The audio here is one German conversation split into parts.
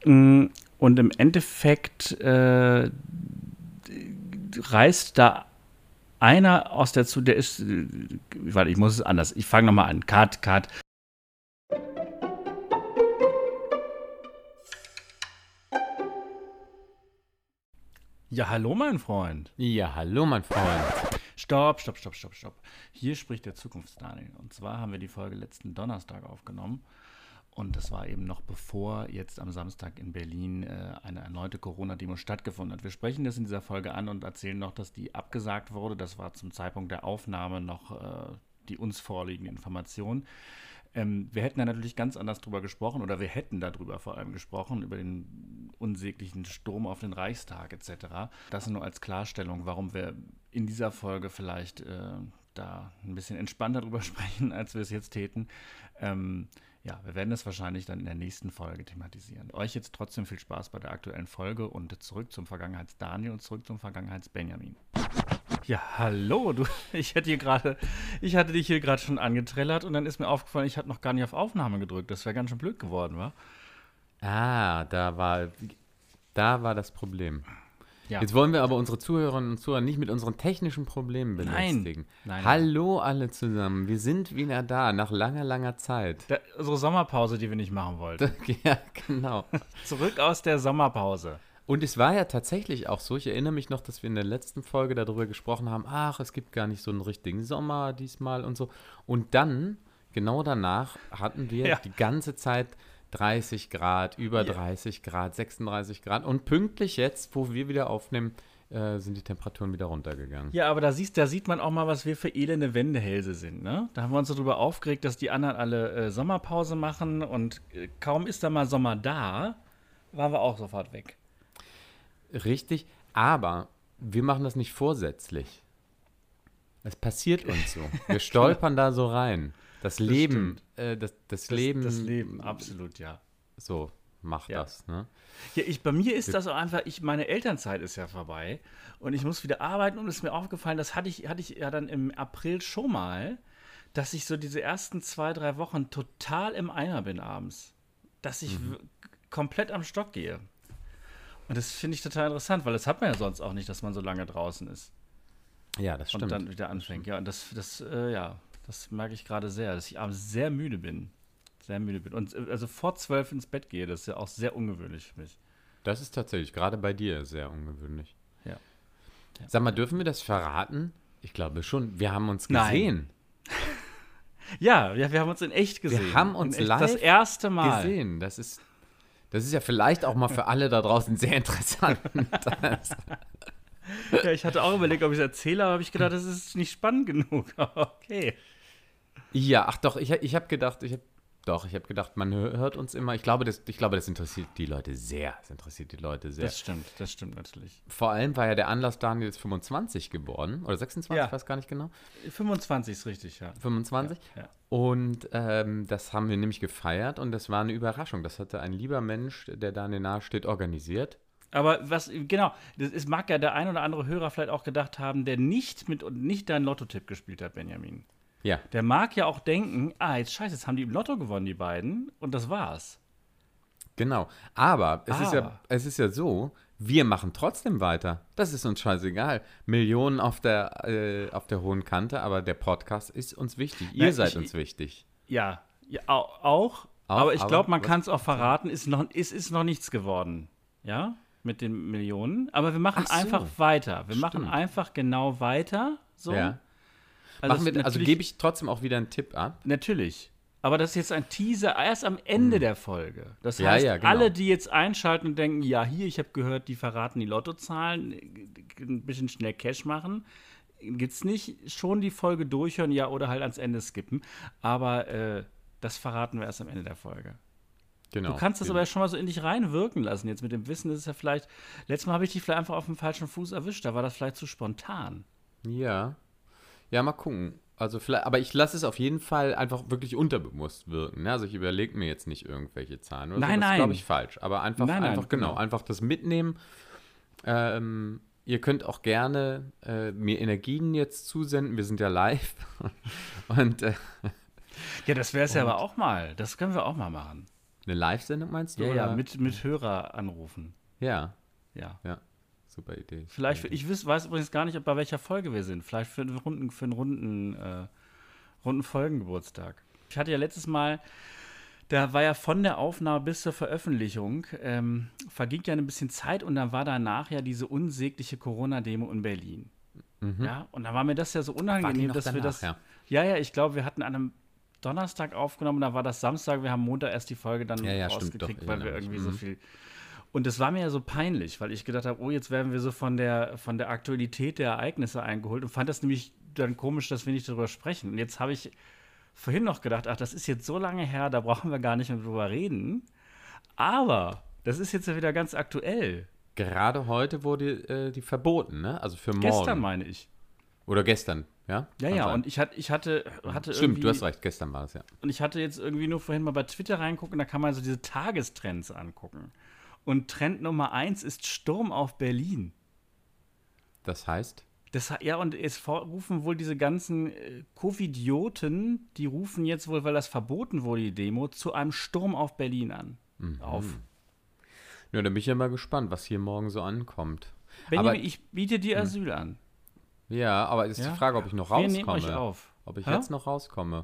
Und im Endeffekt reist da einer aus der ist, warte, ich muss es anders, ich fange nochmal an. Cut. Ja, hallo, mein Freund. Ja, hallo, mein Freund. Stopp. Hier spricht der Zukunftsdaniel. Und zwar haben wir die Folge letzten Donnerstag aufgenommen. Und das war eben noch bevor jetzt am Samstag in Berlin eine erneute Corona-Demo stattgefunden hat. Wir sprechen das in dieser Folge an und erzählen noch, dass die abgesagt wurde. Das war zum Zeitpunkt der Aufnahme noch die uns vorliegende Information. Wir hätten da natürlich ganz anders drüber gesprochen, oder wir hätten darüber vor allem gesprochen, über den unsäglichen Sturm auf den Reichstag etc. Das nur als Klarstellung, warum wir in dieser Folge vielleicht da ein bisschen entspannter drüber sprechen, als wir es jetzt täten. Ja, wir werden das wahrscheinlich dann in der nächsten Folge thematisieren. Euch jetzt trotzdem viel Spaß bei der aktuellen Folge und zurück zum Vergangenheits-Daniel und zurück zum Vergangenheits-Benjamin. Ja, hallo, ich hatte dich hier gerade schon angetrellert und dann ist mir aufgefallen, ich hatte noch gar nicht auf Aufnahme gedrückt. Das wäre ganz schön blöd geworden, wa? Ah, da war das Problem. Ja. Jetzt wollen wir aber unsere Zuhörerinnen und Zuhörer nicht mit unseren technischen Problemen belästigen. Nein. Hallo alle zusammen, wir sind wieder da, nach langer Zeit. Unsere Sommerpause, die wir nicht machen wollten. Ja, genau. Zurück aus der Sommerpause. Und es war ja tatsächlich auch so, ich erinnere mich noch, dass wir in der letzten Folge darüber gesprochen haben, es gibt gar nicht so einen richtigen Sommer diesmal und so. Und dann, genau danach, hatten wir die ganze Zeit 30 Grad, über 30 Grad, 36 Grad. Und pünktlich jetzt, wo wir wieder aufnehmen, sind die Temperaturen wieder runtergegangen. Ja, aber da sieht man auch mal, was wir für elende Wendehälse sind, ne? Da haben wir uns so drüber aufgeregt, dass die anderen alle Sommerpause machen und kaum ist da mal Sommer da, waren wir auch sofort weg. Richtig, aber wir machen das nicht vorsätzlich. Es passiert uns so. Wir stolpern da so rein. Das Leben, das Leben, absolut, ja. So macht das, ne? Ja, bei mir ist das auch einfach, meine Elternzeit ist ja vorbei und ich muss wieder arbeiten und es ist mir aufgefallen, das hatte ich ja dann im April schon mal, dass ich so diese ersten 2-3 Wochen total im Eimer bin abends. Dass ich komplett am Stock gehe. Und das finde ich total interessant, weil das hat man ja sonst auch nicht, dass man so lange draußen ist. Ja, das stimmt. Und dann wieder anfängt. Ja, und das merke ich gerade sehr, dass ich abends sehr müde bin. Und also vor 12 ins Bett gehe, das ist ja auch sehr ungewöhnlich für mich. Das ist tatsächlich gerade bei dir sehr ungewöhnlich. Ja. Sag mal, dürfen wir das verraten? Ich glaube schon. Wir haben uns gesehen. Ja, wir haben uns in echt gesehen. Wir haben uns live das erste Mal gesehen. Das ist ja vielleicht auch mal für alle da draußen sehr interessant. Ja, ich hatte auch überlegt, ob ich es erzähle, aber habe ich gedacht, das ist nicht spannend genug. Okay. Ja, ach doch, ich habe gedacht, man hört uns immer. Ich glaube, das interessiert die Leute sehr. Das stimmt natürlich. Vor allem war ja der Anlass, Daniel ist 25 geworden. Oder 26, ich weiß gar nicht genau. 25 ist richtig, ja. 25? Ja. Und das haben wir nämlich gefeiert und das war eine Überraschung. Das hatte ein lieber Mensch, der Daniel nahesteht, organisiert. Aber es mag ja der ein oder andere Hörer vielleicht auch gedacht haben, der nicht deinen Lottotipp gespielt hat, Benjamin. Ja. Der mag ja auch denken, jetzt haben die im Lotto gewonnen, die beiden, und das war's. Genau. Aber es ist ja so, wir machen trotzdem weiter. Das ist uns scheißegal. Millionen auf der hohen Kante, aber der Podcast ist uns wichtig. Ihr seid uns wichtig. Ja, auch. Aber ich glaube, man kann es auch verraten, es ist noch nichts geworden. Ja? Mit den Millionen. Aber wir machen einfach weiter. Wir machen einfach genau weiter. So. Ja. Also gebe ich trotzdem auch wieder einen Tipp ab? Natürlich. Aber das ist jetzt ein Teaser erst am Ende der Folge. Das heißt, genau. Alle, die jetzt einschalten und denken, ich habe gehört, die verraten die Lottozahlen, ein bisschen schnell Cash machen, gibt's nicht, schon die Folge durchhören, oder halt ans Ende skippen. Aber das verraten wir erst am Ende der Folge. Genau. Du kannst das aber schon mal so in dich reinwirken lassen. Jetzt mit dem Wissen ist es ja vielleicht, letztes Mal habe ich dich vielleicht einfach auf dem falschen Fuß erwischt, da war das vielleicht zu spontan. Ja. Ja, mal gucken. Also vielleicht, aber ich lasse es auf jeden Fall einfach wirklich unterbewusst wirken. Ne? Also ich überlege mir jetzt nicht irgendwelche Zahlen oder nein, so. Das ist, glaube ich, falsch. Aber einfach genau. Einfach das mitnehmen. Ihr könnt auch gerne mir Energien jetzt zusenden. Wir sind ja live. Und ja, das wäre es ja aber auch mal. Das können wir auch mal machen. Eine Live-Sendung meinst du? Ja, oder? ja, mit Hörer anrufen. Ja. Ja. Ja, super Idee. Vielleicht, weiß übrigens gar nicht, bei welcher Folge wir sind. Vielleicht für einen runden Folgengeburtstag. Ich hatte ja letztes Mal, da war ja von der Aufnahme bis zur Veröffentlichung, verging ja ein bisschen Zeit und dann war danach ja diese unsägliche Corona-Demo in Berlin. Ja, und da war mir das ja so unangenehm, dass wir das. Ja, ich glaube, wir hatten an einem Donnerstag aufgenommen, da war das Samstag, wir haben Montag erst die Folge dann rausgekriegt, weil wir irgendwie so viel. Und das war mir ja so peinlich, weil ich gedacht habe, oh, jetzt werden wir so von der Aktualität der Ereignisse eingeholt und fand das nämlich dann komisch, dass wir nicht darüber sprechen. Und jetzt habe ich vorhin noch gedacht, ach, das ist jetzt so lange her, da brauchen wir gar nicht mehr drüber reden. Aber das ist jetzt ja wieder ganz aktuell. Gerade heute wurde die verboten, ne? Also für morgen. Gestern meine ich. Oder gestern, ja? Ja, und ich hatte Stimmt, du hast recht, gestern war es, ja. Und ich hatte jetzt irgendwie nur vorhin mal bei Twitter reingucken, da kann man so diese Tagestrends angucken. Und Trend Nummer 1 ist Sturm auf Berlin. Das heißt? Und es rufen wohl diese ganzen Covidioten, die rufen jetzt wohl, weil das verboten wurde, die Demo, zu einem Sturm auf Berlin auf. Ja, da bin ich ja mal gespannt, was hier morgen so ankommt. Benjamin, ich biete dir Asyl an. Ja, aber ist die Frage, ob ich noch rauskomme. Wir nehmen euch auf. Ob ich jetzt noch rauskomme.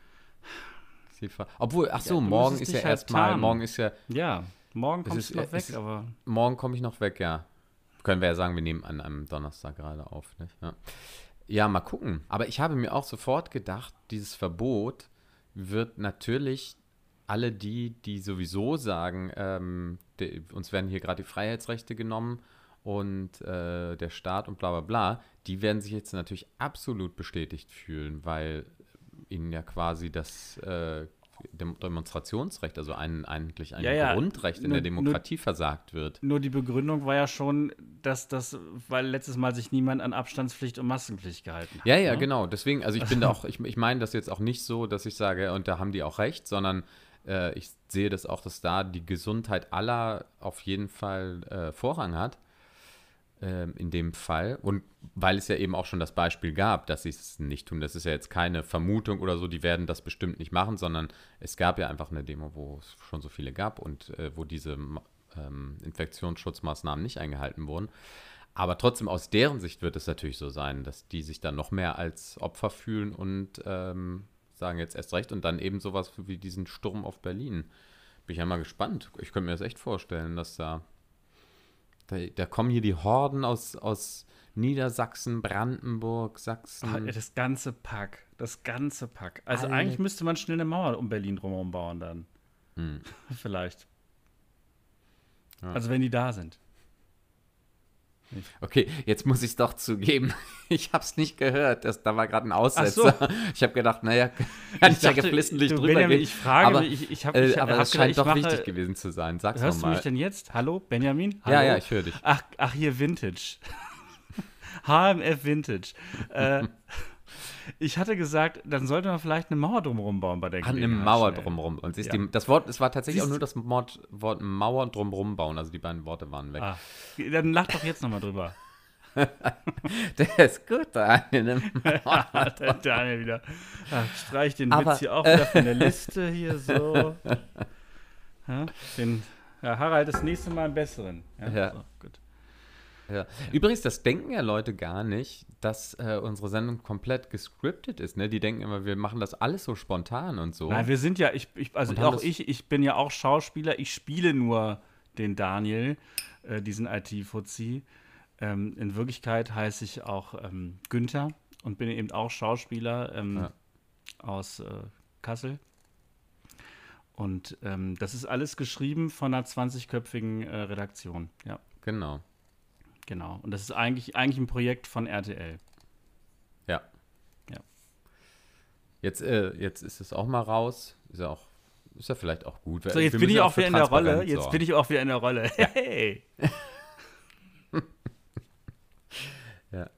Obwohl, morgen ist ja erstmal, morgen ist ja... Ja, morgen kommst du noch weg, aber... Morgen komme ich noch weg, ja. Können wir ja sagen, wir nehmen an einem Donnerstag gerade auf, nicht? Ja, mal gucken. Aber ich habe mir auch sofort gedacht, dieses Verbot wird natürlich alle die sowieso sagen, uns werden hier gerade die Freiheitsrechte genommen und der Staat und bla bla bla, die werden sich jetzt natürlich absolut bestätigt fühlen, weil ihnen ja quasi das Demonstrationsrecht, also eigentlich ein Grundrecht in der Demokratie versagt wird. Nur die Begründung war ja schon, weil letztes Mal sich niemand an Abstandspflicht und Maskenpflicht gehalten hat. Ja, genau. Deswegen, also ich bin da auch, ich meine das jetzt auch nicht so, dass ich sage, und da haben die auch recht, sondern ich sehe das auch, dass da die Gesundheit aller auf jeden Fall Vorrang hat. In dem Fall. Und weil es ja eben auch schon das Beispiel gab, dass sie es nicht tun. Das ist ja jetzt keine Vermutung oder so, die werden das bestimmt nicht machen, sondern es gab ja einfach eine Demo, wo es schon so viele gab und wo diese Infektionsschutzmaßnahmen nicht eingehalten wurden. Aber trotzdem aus deren Sicht wird es natürlich so sein, dass die sich dann noch mehr als Opfer fühlen und sagen jetzt erst recht und dann eben sowas wie diesen Sturm auf Berlin. Bin ich ja mal gespannt. Ich könnte mir das echt vorstellen, dass da kommen hier die Horden aus Niedersachsen, Brandenburg, Sachsen. Das ganze Pack. Also eigentlich müsste man schnell eine Mauer um Berlin drumherum bauen dann. Vielleicht. Ja. Also wenn die da sind. Okay, jetzt muss ich es doch zugeben. Ich habe es nicht gehört. Da war gerade ein Aussetzer. So. Ich habe gedacht, naja, kann ich ja geflissentlich drüber Benjamin, gehen. Aber das scheint doch wichtig gewesen zu sein. Sag's hörst nochmal. du mich denn jetzt? Hallo, Benjamin? Hallo? Ja, ich höre dich. Ach, hier Vintage. HMF Vintage. Ich hatte gesagt, dann sollte man vielleicht eine Mauer drumherum bauen bei der Gelegenheit. Eine Mauer drumherum. Und es war tatsächlich auch nur das Wort Mauer drumrum bauen. Also die beiden Worte waren weg. Dann lach doch jetzt nochmal drüber. Der ist gut, Daniel. Der Daniel wieder. Streich den Witz hier auch wieder von der Liste hier so. Harald, das nächste Mal einen besseren. Ja. So, gut. Ja. Übrigens, das denken ja Leute gar nicht, dass unsere Sendung komplett gescriptet ist. Ne? Die denken immer, wir machen das alles so spontan und so. Nein, wir sind ja, ich bin ja auch Schauspieler. Ich spiele nur den Daniel, diesen IT-Fuzzi. In Wirklichkeit heiße ich auch Günther und bin eben auch Schauspieler aus Kassel. Und das ist alles geschrieben von einer 20-köpfigen Redaktion. Ja. Genau. Und das ist eigentlich ein Projekt von RTL. Ja. Jetzt ist es auch mal raus. Ist ja vielleicht auch gut. So, jetzt bin ich auch wieder in der Rolle. Ja. Hey! Ja.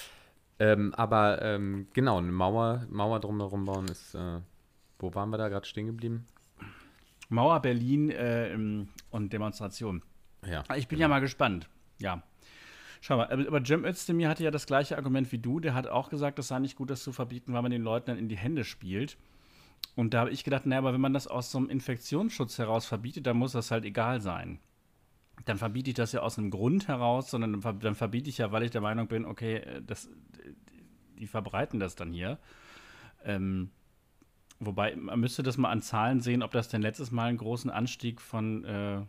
Aber genau, eine Mauer drumherum bauen ist, wo waren wir da gerade stehen geblieben? Mauer, Berlin und Demonstration. Ja. Ich bin ja mal gespannt. Ja. Schau mal, aber Cem Özdemir hatte ja das gleiche Argument wie du. Der hat auch gesagt, es sei nicht gut, das zu verbieten, weil man den Leuten dann in die Hände spielt. Und da habe ich gedacht, naja, aber wenn man das aus so einem Infektionsschutz heraus verbietet, dann muss das halt egal sein. Dann verbiete ich das ja aus einem Grund heraus, sondern dann verbiete ich ja, weil ich der Meinung bin, okay, die verbreiten das dann hier. Wobei, man müsste das mal an Zahlen sehen, ob das denn letztes Mal einen großen Anstieg von,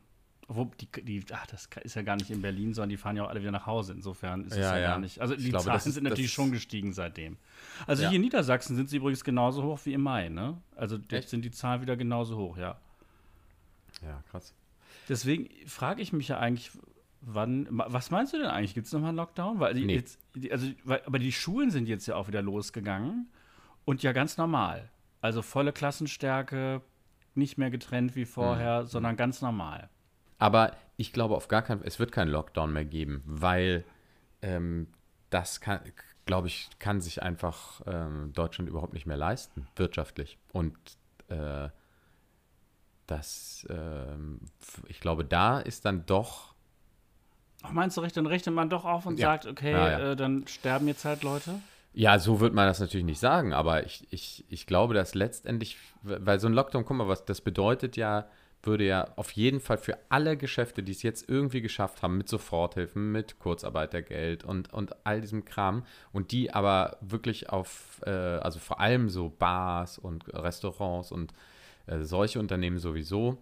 das ist ja gar nicht in Berlin, sondern die fahren ja auch alle wieder nach Hause. Insofern ist es ja gar nicht. Also die Zahlen sind natürlich schon gestiegen seitdem. Also hier in Niedersachsen sind sie übrigens genauso hoch wie im Mai, ne? Also jetzt sind die Zahlen wieder genauso hoch, ja. Ja, krass. Deswegen frage ich mich ja eigentlich, was meinst du denn eigentlich? Gibt es nochmal einen Lockdown? Weil aber die Schulen sind jetzt ja auch wieder losgegangen und ja ganz normal. Also volle Klassenstärke, nicht mehr getrennt wie vorher, sondern ganz normal. Aber ich glaube auf gar keinen Fall, es wird keinen Lockdown mehr geben, weil das kann, glaube ich, kann sich einfach Deutschland überhaupt nicht mehr leisten, wirtschaftlich. Und ich glaube, da ist dann doch. Ach, meinst du, dann rechnet man doch auf und sagt, okay, dann sterben jetzt halt Leute? Ja, so wird man das natürlich nicht sagen, aber ich glaube, dass letztendlich, weil so ein Lockdown, guck mal, was das bedeutet würde ja auf jeden Fall für alle Geschäfte, die es jetzt irgendwie geschafft haben, mit Soforthilfen, mit Kurzarbeitergeld und all diesem Kram und die aber wirklich also vor allem so Bars und Restaurants und solche Unternehmen sowieso,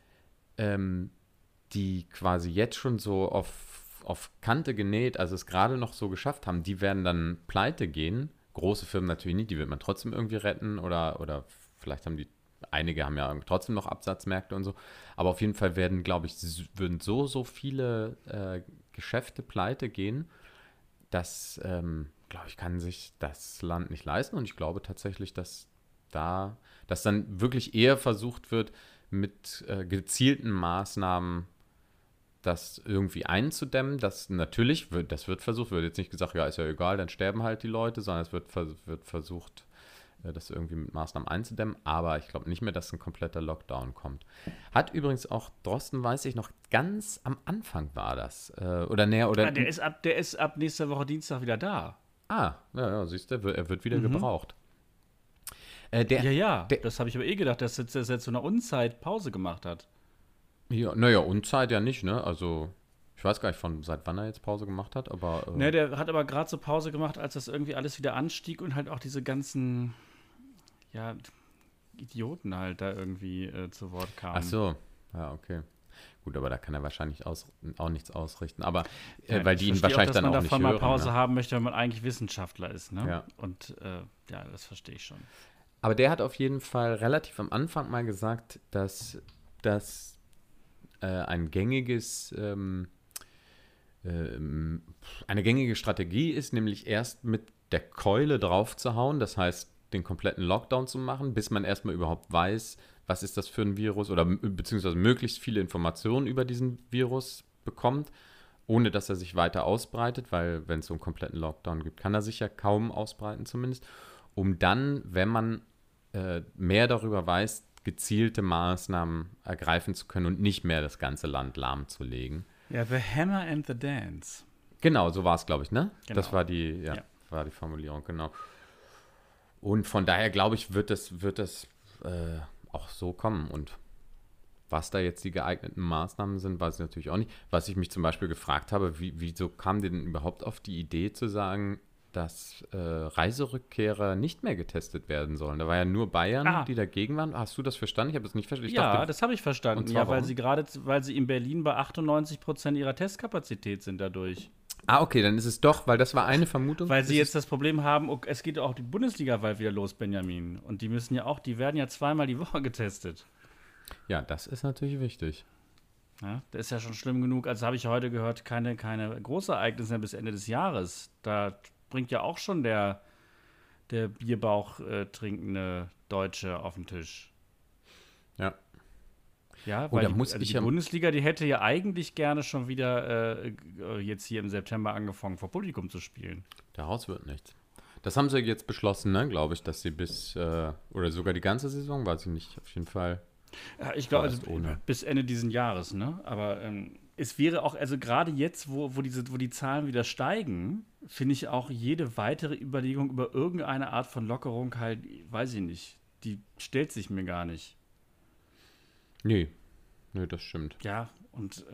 die quasi jetzt schon so auf Kante genäht, also es gerade noch so geschafft haben, die werden dann pleite gehen. Große Firmen natürlich nicht, die wird man trotzdem irgendwie retten oder vielleicht einige haben ja trotzdem noch Absatzmärkte und so. Aber auf jeden Fall würden so viele Geschäfte pleite gehen, dass, glaube ich, kann sich das Land nicht leisten. Und ich glaube tatsächlich, dass dann wirklich eher versucht wird, mit gezielten Maßnahmen das irgendwie einzudämmen. Das wird versucht, wird jetzt nicht gesagt, ja, ist ja egal, dann sterben halt die Leute, sondern es wird versucht, das irgendwie mit Maßnahmen einzudämmen. Aber ich glaube nicht mehr, dass ein kompletter Lockdown kommt. Hat übrigens auch Drosten, weiß ich noch, ganz am Anfang war das. Der ist ab nächster Woche Dienstag wieder da. Ja, siehst du, er wird wieder gebraucht. Das habe ich aber gedacht, dass er jetzt so eine Unzeit Pause gemacht hat. Ja, naja, Unzeit ja nicht, ne? Also, ich weiß gar nicht, seit wann er jetzt Pause gemacht hat, aber. Ne, der hat aber gerade so Pause gemacht, als das irgendwie alles wieder anstieg und halt auch diese ganzen, Idioten halt da irgendwie zu Wort kamen. Ach so, ja, okay. Gut, aber da kann er wahrscheinlich auch nichts ausrichten. Aber weil die ihn wahrscheinlich dann auch nicht hören. Dass man davon mal Pause haben möchte, wenn man eigentlich Wissenschaftler ist, ne? Ja. Und das verstehe ich schon. Aber der hat auf jeden Fall relativ am Anfang mal gesagt, dass das eine gängige Strategie ist, nämlich erst mit der Keule drauf zu hauen, das heißt, den kompletten Lockdown zu machen, bis man erstmal überhaupt weiß, was ist das für ein Virus oder beziehungsweise möglichst viele Informationen über diesen Virus bekommt, ohne dass er sich weiter ausbreitet, weil wenn es so einen kompletten Lockdown gibt, kann er sich ja kaum ausbreiten zumindest, um dann, wenn man mehr darüber weiß, gezielte Maßnahmen ergreifen zu können und nicht mehr das ganze Land lahmzulegen. Ja, the hammer and the dance. Genau, so war es, glaube ich, ne? Genau. Das war die Formulierung, genau. Und von daher, glaube ich, wird das auch so kommen. Und was da jetzt die geeigneten Maßnahmen sind, weiß ich natürlich auch nicht. Was ich mich zum Beispiel gefragt habe, wieso kam die denn überhaupt auf die Idee zu sagen, dass Reiserückkehrer nicht mehr getestet werden sollen. Da war ja nur Bayern, die dagegen waren. Hast du das verstanden? Ich habe das nicht verstanden. Das habe ich verstanden. Ja, weil sie in Berlin bei 98% ihrer Testkapazität sind dadurch. Okay, dann ist es doch, weil das war eine Vermutung. Weil sie jetzt das Problem haben, es geht auch die Bundesliga bald wieder los, Benjamin. Und die werden ja zweimal die Woche getestet. Ja, das ist natürlich wichtig. Ja, das ist ja schon schlimm genug. Also habe ich heute gehört, keine Großereignisse mehr bis Ende des Jahres. Da bringt ja auch schon der Bierbauch trinkende Deutsche auf den Tisch. Ja. Ja, weil die Bundesliga, die hätte ja eigentlich gerne schon wieder jetzt hier im September angefangen, vor Publikum zu spielen. Daraus wird nichts. Das haben sie jetzt beschlossen, ne, glaube ich, dass sie oder sogar die ganze Saison, weiß ich nicht, auf jeden Fall. Ja, ich glaube, bis Ende diesen Jahres, ne? Aber es wäre auch, also gerade jetzt, wo die Zahlen wieder steigen, finde ich auch jede weitere Überlegung über irgendeine Art von Lockerung halt, weiß ich nicht, die stellt sich mir gar nicht. Nee, das stimmt. Ja, und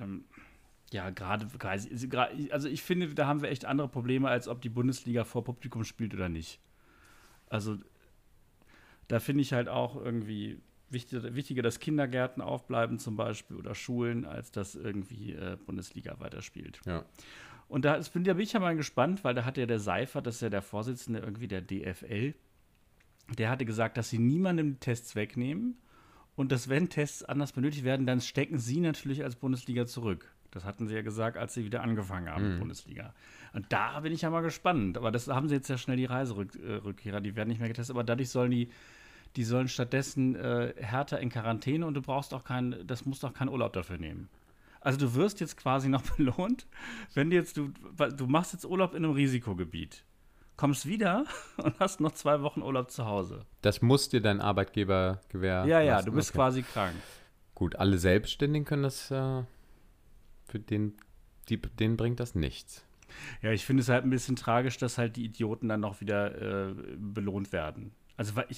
also ich finde, da haben wir echt andere Probleme, als ob die Bundesliga vor Publikum spielt oder nicht. Also da finde ich halt auch irgendwie wichtiger, dass Kindergärten aufbleiben zum Beispiel oder Schulen, als dass irgendwie Bundesliga weiterspielt. Ja. Und da bin ich ja mal gespannt, weil da hat ja der Seifert, das ist ja der Vorsitzende irgendwie der DFL, der hatte gesagt, dass sie niemandem die Tests wegnehmen und dass, wenn Tests anders benötigt werden, dann stecken sie natürlich als Bundesliga zurück. Das hatten sie ja gesagt, als sie wieder angefangen haben mit Bundesliga. Und da bin ich ja mal gespannt. Aber das haben sie jetzt ja schnell, die Reiserückkehrer, die werden nicht mehr getestet. Aber dadurch sollen die sollen stattdessen härter in Quarantäne und das musst auch keinen Urlaub dafür nehmen. Also du wirst jetzt quasi noch belohnt, wenn du machst jetzt Urlaub in einem Risikogebiet, kommst wieder und hast noch 2 Wochen Urlaub zu Hause. Das muss dir dein Arbeitgeber gewähren. Ja, du bist quasi krank. Gut, alle Selbstständigen können das, für denen bringt das nichts. Ja, ich finde es halt ein bisschen tragisch, dass halt die Idioten dann noch wieder belohnt werden. Also, weil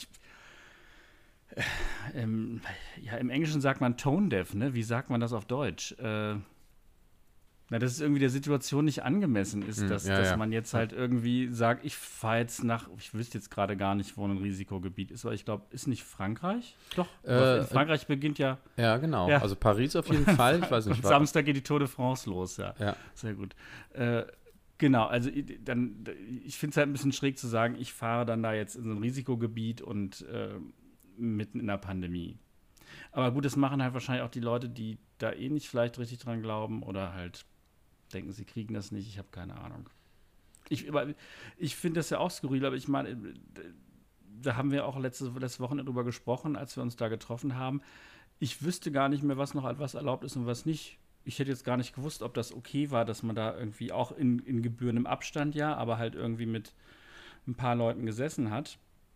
im Englischen sagt man tone deaf, ne? Wie sagt man das auf Deutsch? Dass es irgendwie der Situation nicht angemessen ist, dass man jetzt halt irgendwie sagt, ich fahre jetzt ich wüsste jetzt gerade gar nicht, wo ein Risikogebiet ist, weil ich glaube, ist nicht Frankreich? Doch, in Frankreich beginnt ja. Ja, genau. Ja. Also Paris auf jeden Fall, ich weiß nicht. Samstag geht die Tour de France los, ja. Sehr gut. Genau, also ich finde es halt ein bisschen schräg zu sagen, ich fahre dann da jetzt in so ein Risikogebiet und mitten in der Pandemie. Aber gut, das machen halt wahrscheinlich auch die Leute, die da nicht vielleicht richtig dran glauben oder halt denken, sie kriegen das nicht. Ich habe keine Ahnung. Ich finde das ja auch skurril, aber ich meine, da haben wir auch letzte Woche drüber gesprochen, als wir uns da getroffen haben. Ich wüsste gar nicht mehr, was noch etwas erlaubt ist und was nicht. Ich hätte jetzt gar nicht gewusst, ob das okay war, dass man da irgendwie auch in gebührendem Abstand, aber halt irgendwie mit ein paar Leuten gesessen hat.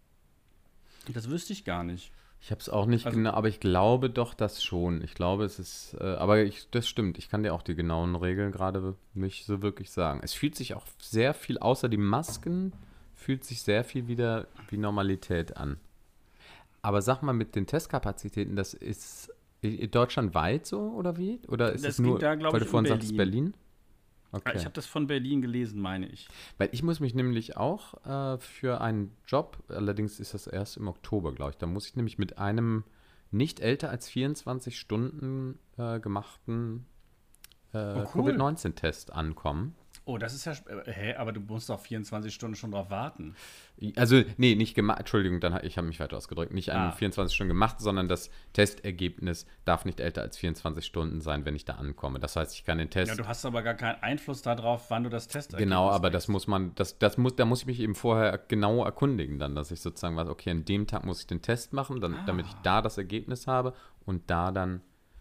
Das wüsste ich gar nicht. Ich habe es auch nicht genau, aber ich glaube doch das schon. Ich glaube, es ist, das stimmt. Ich kann dir auch die genauen Regeln gerade nicht so wirklich sagen. Es fühlt sich auch sehr viel, außer die Masken, fühlt sich sehr viel wieder wie Normalität an. Aber sag mal, mit den Testkapazitäten, das ist deutschlandweit so oder wie? Oder ist es nur, da, weil du vorhin sagst, Berlin? Okay. Ich habe das von Berlin gelesen, meine ich. Weil ich muss mich nämlich auch für einen Job, allerdings ist das erst im Oktober, glaube ich, da muss ich nämlich mit einem nicht älter als 24 Stunden gemachten Covid-19-Test ankommen. Oh, das ist ja, aber du musst doch 24 Stunden schon drauf warten. Also, nee, nicht gemacht, Entschuldigung, ich habe mich weiter ausgedrückt. Nicht 24 Stunden gemacht, sondern das Testergebnis darf nicht älter als 24 Stunden sein, wenn ich da ankomme. Das heißt, ich kann den Test... Ja, du hast aber gar keinen Einfluss darauf, wann du das Testergebnis Genau, aber das muss man, da muss ich mich eben vorher genau erkundigen dann, dass ich sozusagen weiß, okay, an dem Tag muss ich den Test machen, damit ich da das Ergebnis habe und da dann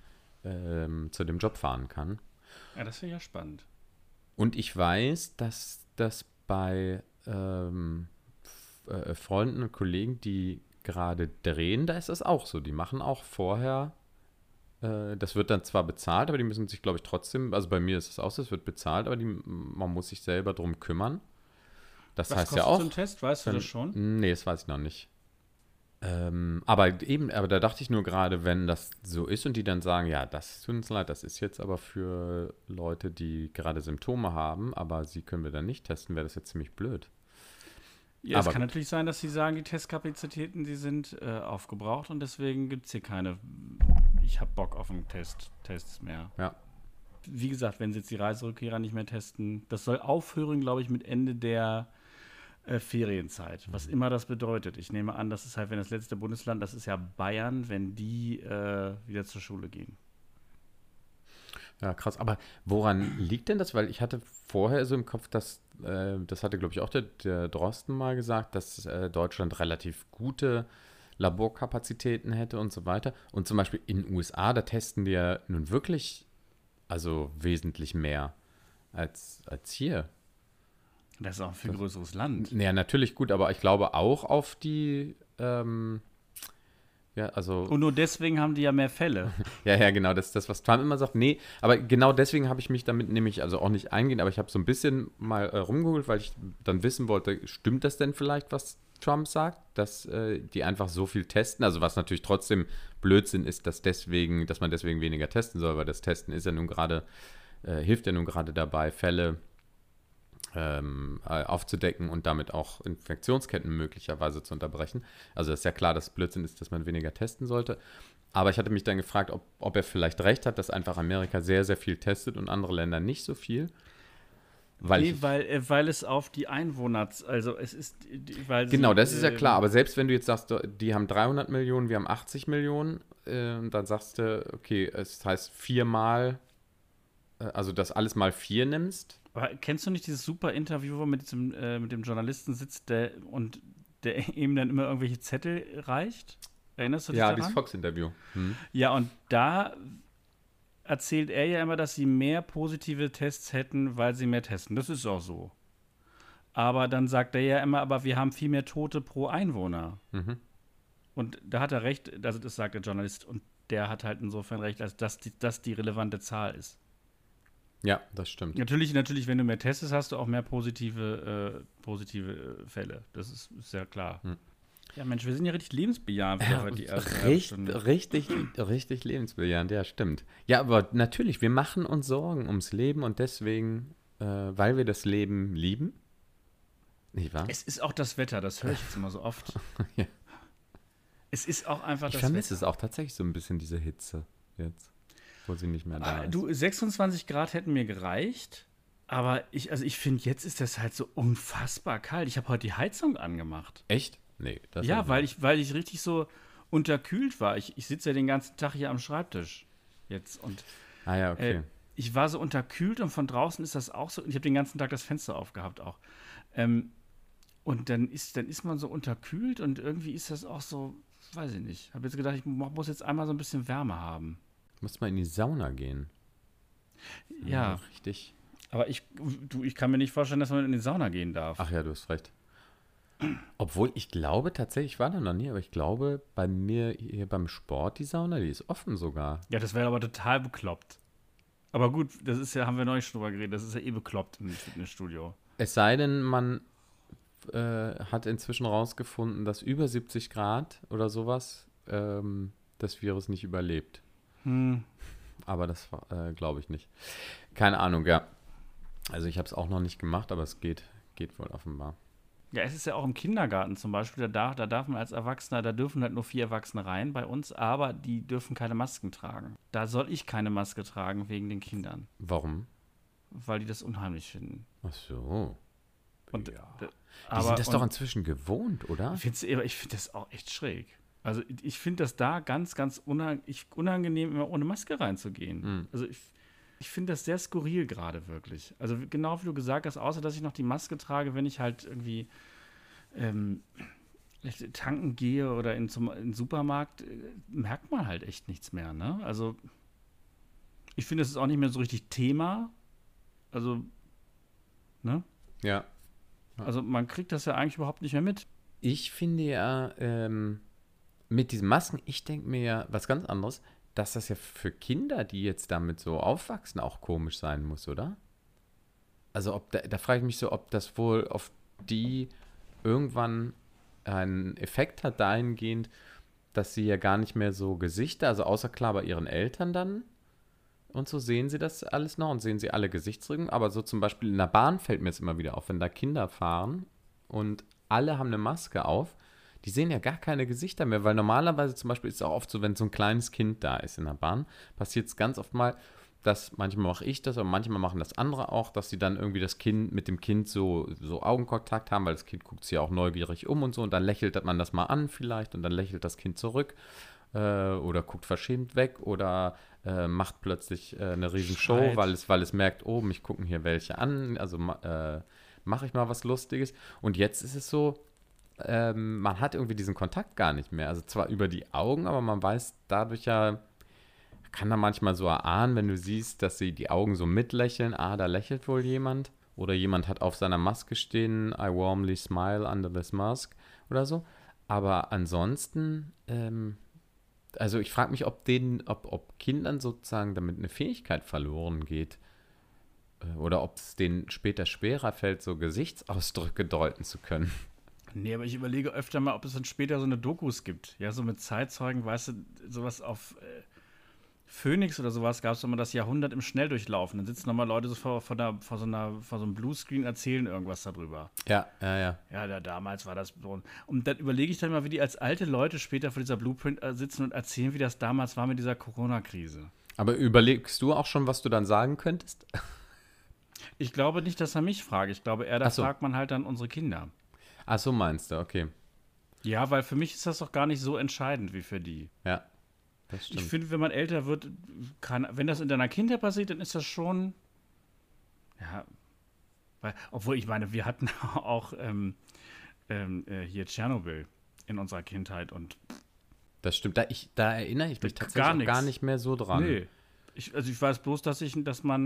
zu dem Job fahren kann. Ja, das finde ich ja spannend. Und ich weiß, dass das bei Freunden und Kollegen, die gerade drehen, da ist das auch so. Die machen auch vorher, das wird dann zwar bezahlt, aber die müssen sich, glaube ich, trotzdem, also bei mir ist es auch so, es wird bezahlt, aber man muss sich selber drum kümmern. Das Was heißt kostet ja auch. So ein Test, weißt du das schon? Nee, das weiß ich noch nicht. Aber da dachte ich nur gerade, wenn das so ist und die dann sagen, ja, das tut uns leid, das ist jetzt aber für Leute, die gerade Symptome haben, aber sie können wir dann nicht testen, wäre das jetzt ziemlich blöd. Ja, es kann natürlich sein, dass sie sagen, die Testkapazitäten, die sind aufgebraucht und deswegen gibt es hier keine, ich habe Bock auf einen Tests mehr. Ja. Wie gesagt, wenn sie jetzt die Reiserückkehrer nicht mehr testen, das soll aufhören, glaube ich, mit Ende der Ferienzeit, was immer das bedeutet. Ich nehme an, das ist halt, wenn das letzte Bundesland, das ist ja Bayern, wenn die wieder zur Schule gehen. Ja, krass. Aber woran liegt denn das? Weil ich hatte vorher so im Kopf, dass, das hatte, glaube ich, auch der Drosten mal gesagt, dass Deutschland relativ gute Laborkapazitäten hätte und so weiter. Und zum Beispiel in den USA, da testen die ja nun wirklich, also wesentlich mehr als hier. Das ist auch ein viel größeres Land. Ja, natürlich gut, aber ich glaube auch auf Ja, also. Und nur deswegen haben die ja mehr Fälle. Ja, genau, das ist das, was Trump immer sagt. Nee, aber genau deswegen habe ich mich damit nämlich, also auch nicht eingehen, aber ich habe so ein bisschen mal rumgegoogelt, weil ich dann wissen wollte, stimmt das denn vielleicht, was Trump sagt, dass die einfach so viel testen? Also was natürlich trotzdem Blödsinn ist, dass man deswegen weniger testen soll, weil das Testen ist ja nun gerade, hilft ja nun gerade dabei, Fälle aufzudecken und damit auch Infektionsketten möglicherweise zu unterbrechen. Also das ist ja klar, dass es Blödsinn ist, dass man weniger testen sollte. Aber ich hatte mich dann gefragt, ob er vielleicht recht hat, dass einfach Amerika sehr, sehr viel testet und andere Länder nicht so viel. Weil es auf die Einwohner, also es ist, weil genau, sie, das ist ja klar. Aber selbst wenn du jetzt sagst, die haben 300 Millionen, wir haben 80 Millionen, dann sagst du, okay, es heißt viermal, also dass alles mal 4 nimmst. Aber kennst du nicht dieses super Interview, wo mit dem Journalisten sitzt, der ihm dann immer irgendwelche Zettel reicht? Erinnerst du dich daran? Ja, dieses Fox-Interview. Ja, und da erzählt er ja immer, dass sie mehr positive Tests hätten, weil sie mehr testen. Das ist auch so. Aber dann sagt er ja immer, aber wir haben viel mehr Tote pro Einwohner. Mhm. Und da hat er recht, also das sagt der Journalist, und der hat halt insofern recht, als dass das die relevante Zahl ist. Ja, das stimmt. Natürlich, wenn du mehr testest, hast du auch mehr positive Fälle. Das ist ja klar. Ja, Mensch, wir sind ja richtig lebensbejahend für heute die erste halbe Stunde. Richtig lebensbejahend, ja, stimmt. Ja, aber natürlich, wir machen uns Sorgen ums Leben und deswegen, weil wir das Leben lieben, nicht wahr? Es ist auch das Wetter, das höre ich jetzt immer so oft. Ja. Es ist auch einfach Ich das vermisse Wetter. es auch tatsächlich so ein bisschen, diese Hitze jetzt, wo sie nicht mehr da ist. Du, 26 Grad hätten mir gereicht, aber ich finde, jetzt ist das halt so unfassbar kalt. Ich habe heute die Heizung angemacht. Echt? Nee, das Ja, weil ich richtig so unterkühlt war. Ich sitze ja den ganzen Tag hier am Schreibtisch jetzt und Ah ja, okay. ich war so unterkühlt und von draußen ist das auch so. Ich habe den ganzen Tag das Fenster aufgehabt auch. Und dann ist man so unterkühlt und irgendwie ist das auch so, weiß ich nicht. Ich habe jetzt gedacht, ich muss jetzt einmal so ein bisschen Wärme haben. Muss mal in die Sauna gehen. Ja. Richtig. Aber ich kann mir nicht vorstellen, dass man in die Sauna gehen darf. Ach ja, du hast recht. Obwohl, ich glaube tatsächlich, ich war da noch nie, aber ich glaube, bei mir hier beim Sport, die Sauna, die ist offen sogar. Ja, das wäre aber total bekloppt. Aber gut, das ist ja, haben wir neulich schon drüber geredet, das ist ja eh bekloppt im Fitnessstudio. Es sei denn, man hat inzwischen rausgefunden, dass über 70 Grad oder sowas das Virus nicht überlebt. Aber das glaube ich nicht. Keine Ahnung, ja. Also ich habe es auch noch nicht gemacht, aber es geht wohl offenbar. Ja, es ist ja auch im Kindergarten zum Beispiel, da darf man als Erwachsener, da dürfen halt nur 4 Erwachsene rein bei uns, aber die dürfen keine Masken tragen. Da soll ich keine Maske tragen wegen den Kindern, Warum? weil die das unheimlich finden. Ach so. Und, Ja. Die sind das doch inzwischen gewohnt, oder? Ich finde das auch echt schräg. Also ich finde das da ganz, ganz unangenehm, immer ohne Maske reinzugehen. Also ich finde das sehr skurril gerade wirklich. Also genau wie du gesagt hast, außer dass ich noch die Maske trage, wenn ich halt irgendwie tanken gehe oder in den Supermarkt, merkt man halt echt nichts mehr, ne? Also ich finde, das ist auch nicht mehr so richtig Thema. Also, ne? Ja. Also man kriegt das ja eigentlich überhaupt nicht mehr mit. Ich finde ja, mit diesen Masken, ich denke mir ja was ganz anderes, dass das ja für Kinder, die jetzt damit so aufwachsen, auch komisch sein muss, oder? Also da frage ich mich so, ob das wohl auf die irgendwann einen Effekt hat dahingehend, dass sie ja gar nicht mehr so Gesichter, also außer klar bei ihren Eltern dann und so sehen sie das alles noch und sehen sie alle Gesichtsrücken, aber so zum Beispiel in der Bahn fällt mir jetzt immer wieder auf, wenn da Kinder fahren und alle haben eine Maske auf, die sehen ja gar keine Gesichter mehr, weil normalerweise zum Beispiel ist es auch oft so, wenn so ein kleines Kind da ist in der Bahn, passiert es ganz oft mal, dass manchmal mache ich das, aber manchmal machen das andere auch, dass sie dann irgendwie das Kind mit dem Kind so Augenkontakt haben, weil das Kind guckt sich ja auch neugierig um und so und dann lächelt man das mal an vielleicht und dann lächelt das Kind zurück oder guckt verschämt weg oder macht plötzlich eine Riesenshow, weil es merkt, oh, mich gucken hier welche an, also mache ich mal was Lustiges. Und jetzt ist es so, man hat irgendwie diesen Kontakt gar nicht mehr. Also zwar über die Augen, aber man weiß dadurch ja, kann da manchmal so erahnen, wenn du siehst, dass sie die Augen so mitlächeln, da lächelt wohl jemand. Oder jemand hat auf seiner Maske stehen, I warmly smile under this mask oder so. Aber ansonsten Also ich frage mich, ob Kindern sozusagen damit eine Fähigkeit verloren geht. Oder ob es denen später schwerer fällt, so Gesichtsausdrücke deuten zu können. Nee, aber ich überlege öfter mal, ob es dann später so eine Dokus gibt. Ja, so mit Zeitzeugen, weißt du, sowas auf Phoenix oder sowas gab es immer das Jahrhundert im Schnelldurchlauf. Dann sitzen nochmal Leute so vor so einem Bluescreen und erzählen irgendwas darüber. Ja, ja, ja. Ja, damals war das so. Und dann überlege ich dann mal, wie die als alte Leute später vor dieser Blueprint sitzen und erzählen, wie das damals war mit dieser Corona-Krise. Aber überlegst du auch schon, was du dann sagen könntest? Ich glaube nicht, dass er mich fragt. Ich glaube eher, da fragt man halt dann unsere Kinder. Ach so, meinst du, okay. Ja, weil für mich ist das doch gar nicht so entscheidend wie für die. Ja, das stimmt. Ich finde, wenn man älter wird, wenn das in deiner Kindheit passiert, dann ist das schon, ja, obwohl ich meine, wir hatten auch hier Tschernobyl in unserer Kindheit und das stimmt. Da erinnere ich mich tatsächlich gar nicht mehr so dran. Nee. Ich weiß bloß, dass ich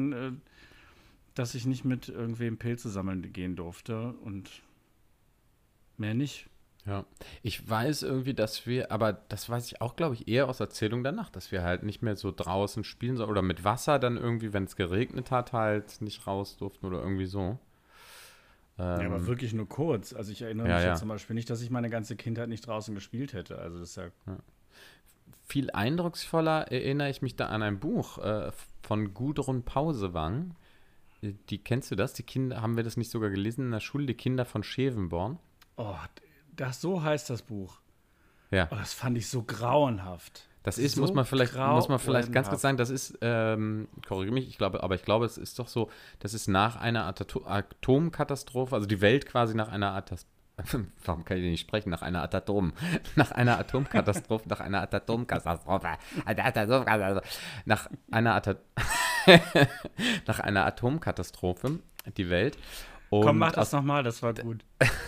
nicht mit irgendwem Pilze sammeln gehen durfte und mehr nicht. Ja, ich weiß irgendwie, aber das weiß ich auch, glaube ich, eher aus Erzählung danach, dass wir halt nicht mehr so draußen spielen sollen oder mit Wasser dann irgendwie, wenn es geregnet hat, halt nicht raus durften oder irgendwie so. Ja, aber wirklich nur kurz. Also ich erinnere mich jetzt zum Beispiel nicht, dass ich meine ganze Kindheit nicht draußen gespielt hätte. Also das ist ja. Viel eindrucksvoller erinnere ich mich da an ein Buch von Gudrun Pausewang. Die kennst du das? Die Kinder, haben wir das nicht sogar gelesen in der Schule? Die Kinder von Schevenborn. Oh, so heißt das Buch. Ja. Oh, das fand ich so grauenhaft. Das ist, so muss man vielleicht ganz kurz sagen, das ist, korrigiere mich, ich glaube, es ist doch so, das ist nach einer Atomkatastrophe, also die Welt quasi nach einer warum kann ich nicht sprechen? Nach einer Atomkatastrophe, nach einer Atomkatastrophe, die Welt. Und komm, mach das nochmal, das war gut.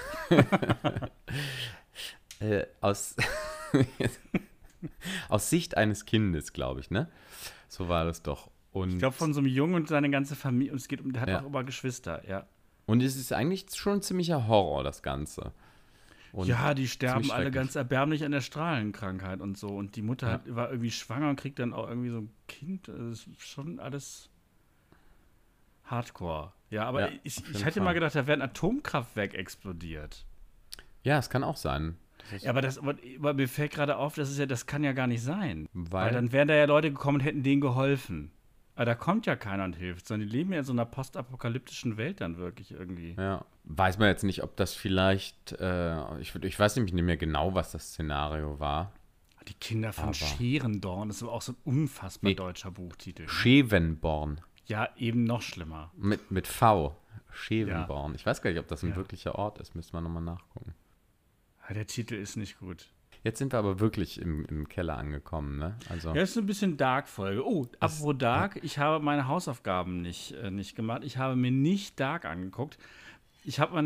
Aus Sicht eines Kindes, glaube ich, ne? So war das doch. Und ich glaube, von so einem Jungen und seine ganze Familie. Und es geht der hat auch immer Geschwister, ja. Und es ist eigentlich schon ein ziemlicher Horror, das Ganze. Und ja, die sterben alle ganz erbärmlich an der Strahlenkrankheit und so. Und die Mutter war irgendwie schwanger und kriegt dann auch irgendwie so ein Kind. Das ist schon alles Hardcore. Ja, aber ich hätte mal gedacht, da wäre ein Atomkraftwerk explodiert. Ja, es kann auch sein. Ja, aber mir fällt gerade auf, das kann ja gar nicht sein. Weil dann wären da ja Leute gekommen und hätten denen geholfen. Aber da kommt ja keiner und hilft, sondern die leben ja in so einer postapokalyptischen Welt dann wirklich irgendwie. Ja, weiß man jetzt nicht, ob das vielleicht, ich weiß nämlich nicht mehr genau, was das Szenario war. Die Kinder von Scherendorn, das ist aber auch so ein unfassbar deutscher Buchtitel. Ne? Schevenborn. Ja, eben noch schlimmer. Mit V. Schevenborn. Ja. Ich weiß gar nicht, ob das ein wirklicher Ort ist, müsste man nochmal nachgucken. Ja, der Titel ist nicht gut. Jetzt sind wir aber wirklich im Keller angekommen, ne? Also ja, ist ein bisschen Dark-Folge. Oh, apropos Dark, ich habe meine Hausaufgaben nicht gemacht. Ich habe mir nicht Dark angeguckt. Ich habe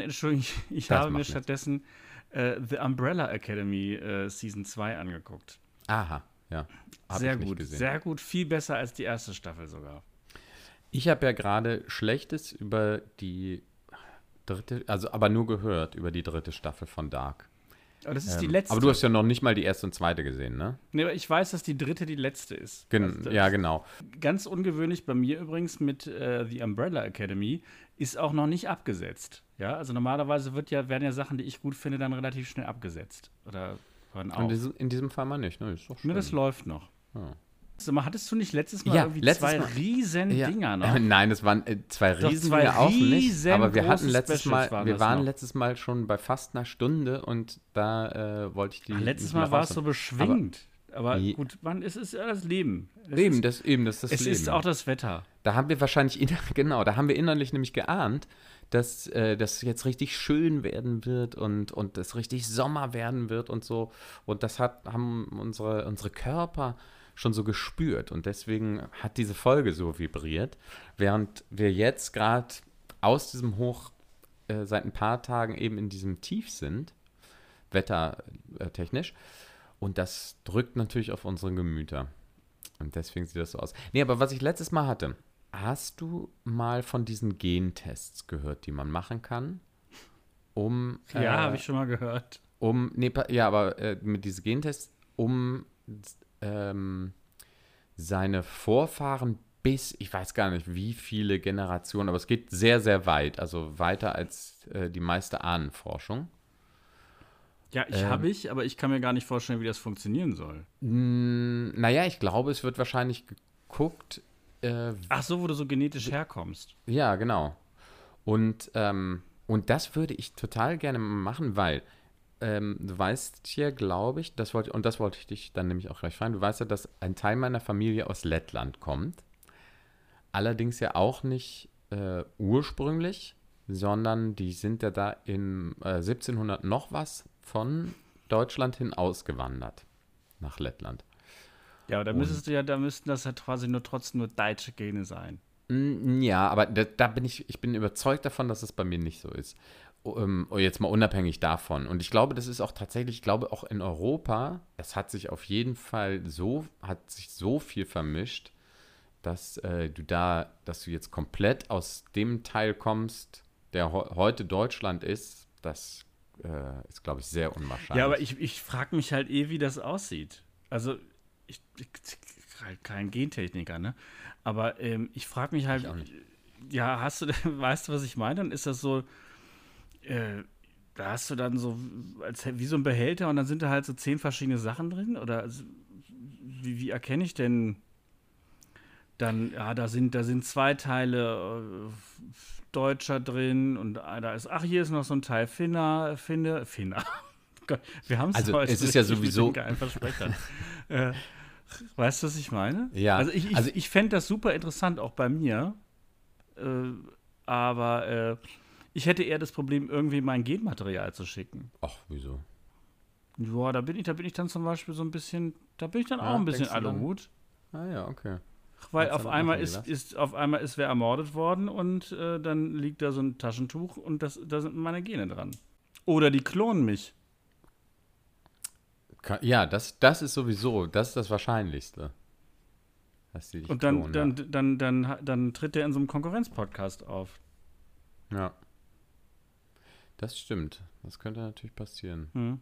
mir stattdessen The Umbrella Academy Season 2 angeguckt. Aha, ja. Sehr gut, sehr gut. Viel besser als die erste Staffel sogar. Ich habe ja gerade Schlechtes über die dritte, aber nur gehört über die dritte Staffel von Dark. Aber das ist die letzte. Aber du hast ja noch nicht mal die erste und zweite gesehen, ne? Nee, aber ich weiß, dass die dritte die letzte ist. Ja, genau. Ganz ungewöhnlich bei mir übrigens mit The Umbrella Academy ist auch noch nicht abgesetzt. Ja, also normalerweise werden ja Sachen, die ich gut finde, dann relativ schnell abgesetzt. Oder hören auf. Und in diesem Fall mal nicht, ne? Ist doch schön. Ne, das läuft noch. Ja. Sag mal, hattest du nicht letztes Mal zwei riesen Dinger noch? Nein, das waren zwei riesen Dinger auch nicht. Aber wir hatten letztes Mal schon bei fast einer Stunde und da wollte ich die. Letztes Mal war es so beschwingt. Aber gut, es ist ja das Leben. Das ist das Leben. Es ist auch das Wetter. Da haben wir wahrscheinlich, innerlich nämlich geahnt, dass das jetzt richtig schön werden wird und es richtig Sommer werden wird und so. Und das haben unsere Körper schon so gespürt. Und deswegen hat diese Folge so vibriert, während wir jetzt gerade aus diesem Hoch seit ein paar Tagen eben in diesem Tief sind, wettertechnisch. Und das drückt natürlich auf unsere Gemüter. Und deswegen sieht das so aus. Nee, aber was ich letztes Mal hatte, hast du mal von diesen Gentests gehört, die man machen kann, ja, habe ich schon mal gehört. Aber mit diesen Gentests, um seine Vorfahren bis, ich weiß gar nicht, wie viele Generationen, aber es geht sehr, sehr weit, also weiter als die meiste Ahnenforschung. Ja, aber ich kann mir gar nicht vorstellen, wie das funktionieren soll. Naja, ich glaube, es wird wahrscheinlich geguckt. Ach so, wo du so genetisch herkommst. Ja, genau. Und das würde ich total gerne machen, weil du weißt ja, glaube ich, das wollte ich dich dann nämlich auch gleich fragen, du weißt ja, dass ein Teil meiner Familie aus Lettland kommt. Allerdings ja auch nicht ursprünglich, sondern die sind ja da in 1700 noch was von Deutschland hin ausgewandert nach Lettland. Ja, aber da müssten das halt quasi trotzdem nur deutsche Gene sein. Ja, aber ich bin überzeugt davon, dass es bei mir nicht so ist. Jetzt mal unabhängig davon. Und ich glaube, das ist auch tatsächlich, ich glaube auch in Europa, es hat sich auf jeden Fall hat sich so viel vermischt, dass dass du jetzt komplett aus dem Teil kommst, der heute Deutschland ist, das ist, glaube ich, sehr unwahrscheinlich. Ja, aber ich frage mich halt wie das aussieht. Also, ich halt kein Gentechniker, ne? Aber ich frage mich halt, Ich auch nicht. ja, weißt du, was ich meine? Dann ist das so, da hast du dann so, wie so ein Behälter und dann sind da halt so 10 verschiedene Sachen drin? Oder also, wie erkenne ich denn dann, ja, da sind 2 Teile Deutscher drin und hier ist noch so ein Teil Finner. Gott, wir haben es Also heute es ist ja richtig mit sowieso, den geilen Versprechern. äh, Weißt du, was ich meine? ja, Also also ich fände das super interessant, auch bei mir. Äh, aber ich hätte eher das Problem, irgendwie mein Genmaterial zu schicken. ach, wieso? Ja, da bin ich dann zum Beispiel so ein bisschen, da bin ich dann auch Ja, ein bisschen denkst du dann? Aluhut. Ah ja, okay. Weil Meinst du, das machen die das? auf einmal ist wer ermordet worden und dann liegt da so ein Taschentuch und da sind meine Gene dran. Oder die klonen mich. Ja, das ist sowieso, das ist das Wahrscheinlichste. Dass die dich Und klonen, ja. dann tritt der in so einem Konkurrenzpodcast auf. Ja, das stimmt. Das könnte natürlich passieren. Hm.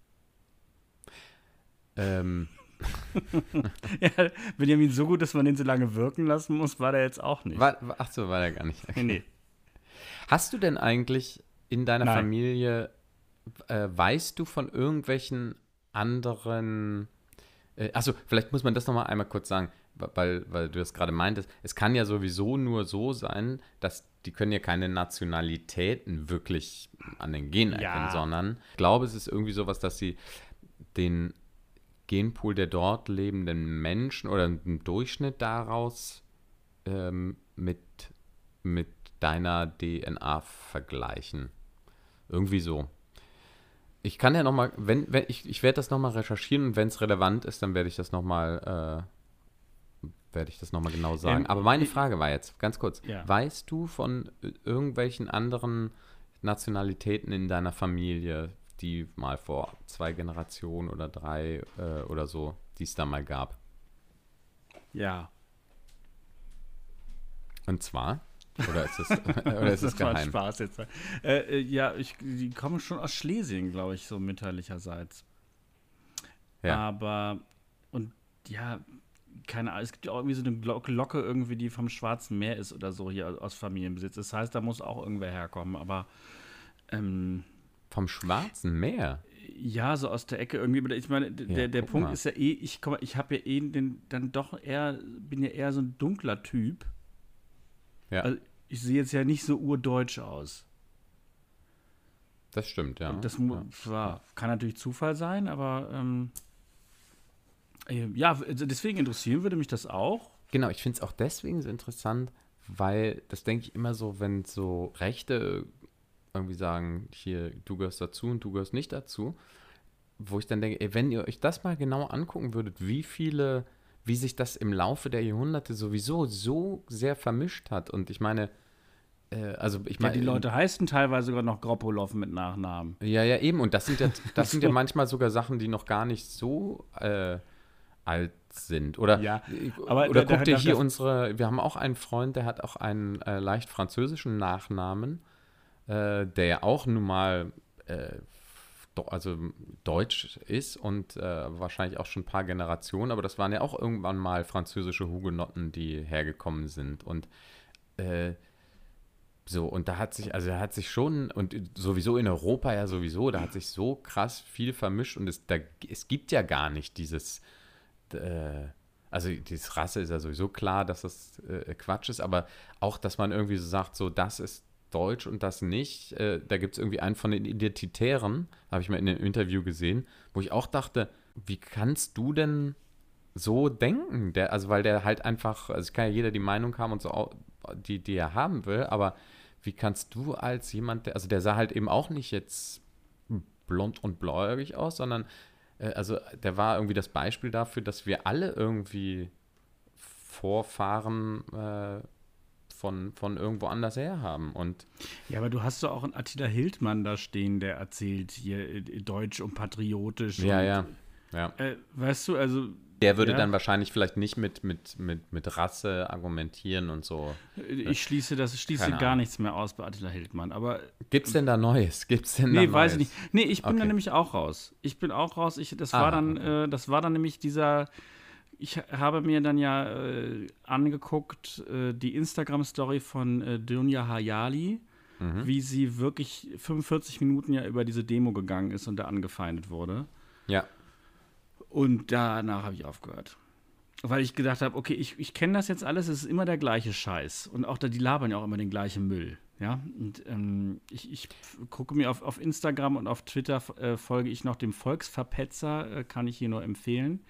Ähm, Ja, Benjamin, so gut, dass man den so lange wirken lassen muss, war der jetzt auch nicht. ach so, war der gar nicht. Nee, nee. Hast du denn eigentlich in deiner Nein. Familie, weißt du von irgendwelchen anderen, achso, vielleicht muss man das nochmal einmal kurz sagen, weil du das gerade meintest, es kann ja sowieso nur so sein, dass die können ja keine Nationalitäten wirklich an den Genen erkennen, Ja. sondern ich glaube, es ist irgendwie sowas, dass sie den Genpool der dort lebenden Menschen oder einen Durchschnitt daraus mit deiner DNA vergleichen. Irgendwie so. Ich kann ja nochmal, wenn ich werde das nochmal recherchieren und wenn es relevant ist, dann werde ich das nochmal genau sagen. Aber meine Frage war jetzt, ganz kurz, Ja. weißt du von irgendwelchen anderen Nationalitäten in deiner Familie, die mal vor 2 Generationen oder 3 oder so, die es da mal gab? Ja. Und zwar? Oder ist es Das war ein geheim? Spaß jetzt. Die kommen schon aus Schlesien, glaube ich, so mütterlicherseits. Ja. Aber, und ja, keine Ahnung, es gibt ja auch irgendwie so eine Glocke irgendwie, die vom Schwarzen Meer ist oder so hier aus Familienbesitz. Das heißt, da muss auch irgendwer herkommen. Aber Vom Schwarzen Meer? ja, so aus der Ecke irgendwie. Aber ich meine, Ja, der guck Punkt mal. ist ja ich habe ja dann doch bin ja eher so ein dunkler Typ. Ja, Also, ich sehe jetzt ja nicht so urdeutsch aus. das stimmt, ja. Und das Ja. kann natürlich Zufall sein, aber ja, also deswegen interessieren würde mich das auch. Genau, ich finde es auch deswegen so interessant, weil das denke ich immer so, wenn so Rechte irgendwie sagen, hier, du gehörst dazu und du gehörst nicht dazu, wo ich dann denke, ey, wenn ihr euch das mal genau angucken würdet, wie sich das im Laufe der Jahrhunderte sowieso so sehr vermischt hat. Und ich meine, also ich Ja, meine, die Leute heißen teilweise sogar noch Gropolov mit Nachnamen. ja, ja, eben. Und das sind ja So. manchmal sogar Sachen, die noch gar nicht so alt sind. Oder, Ja, aber guck dir hier wir haben auch einen Freund, der hat auch einen leicht französischen Nachnamen, der ja auch nun mal also deutsch ist und wahrscheinlich auch schon ein paar Generationen, aber das waren ja auch irgendwann mal französische Hugenotten, die hergekommen sind und so, und da hat sich schon, und sowieso in Europa ja sowieso, da hat sich so krass viel vermischt und es gibt ja gar nicht also diese Rasse ist ja sowieso klar, dass das Quatsch ist, aber auch, dass man irgendwie so sagt, so das ist Deutsch und das nicht. Da gibt es irgendwie einen von den Identitären, habe ich mal in einem Interview gesehen, wo ich auch dachte, wie kannst du denn so denken? Also weil der halt einfach, also es kann ja jeder die Meinung haben und so, die er haben will, aber wie kannst du als jemand, also der sah halt eben auch nicht jetzt blond und blauäugig aus, sondern also der war irgendwie das Beispiel dafür, dass wir alle irgendwie Vorfahren von irgendwo anders her haben. Und ja, aber du hast doch auch einen Attila Hildmann da stehen, der erzählt hier deutsch und patriotisch. ja. Weißt du, also Der würde dann wahrscheinlich vielleicht nicht mit Rasse argumentieren und so. Ich schließe gar nichts mehr aus bei Attila Hildmann. Aber gibt's denn da Neues? Nee, weiß ich nicht. Nee, ich bin da nämlich auch raus. Das war dann nämlich ich habe mir dann ja angeguckt, die Instagram-Story von Dunja Hayali, wie sie wirklich 45 Minuten ja über diese Demo gegangen ist und da angefeindet wurde. Ja. Und danach habe ich aufgehört. Weil ich gedacht habe, okay, ich kenne das jetzt alles, es ist immer der gleiche Scheiß. Und auch die labern ja auch immer den gleichen Müll. Ja, und ich gucke mir auf Instagram und auf Twitter folge ich noch dem Volksverpetzer, kann ich hier nur empfehlen.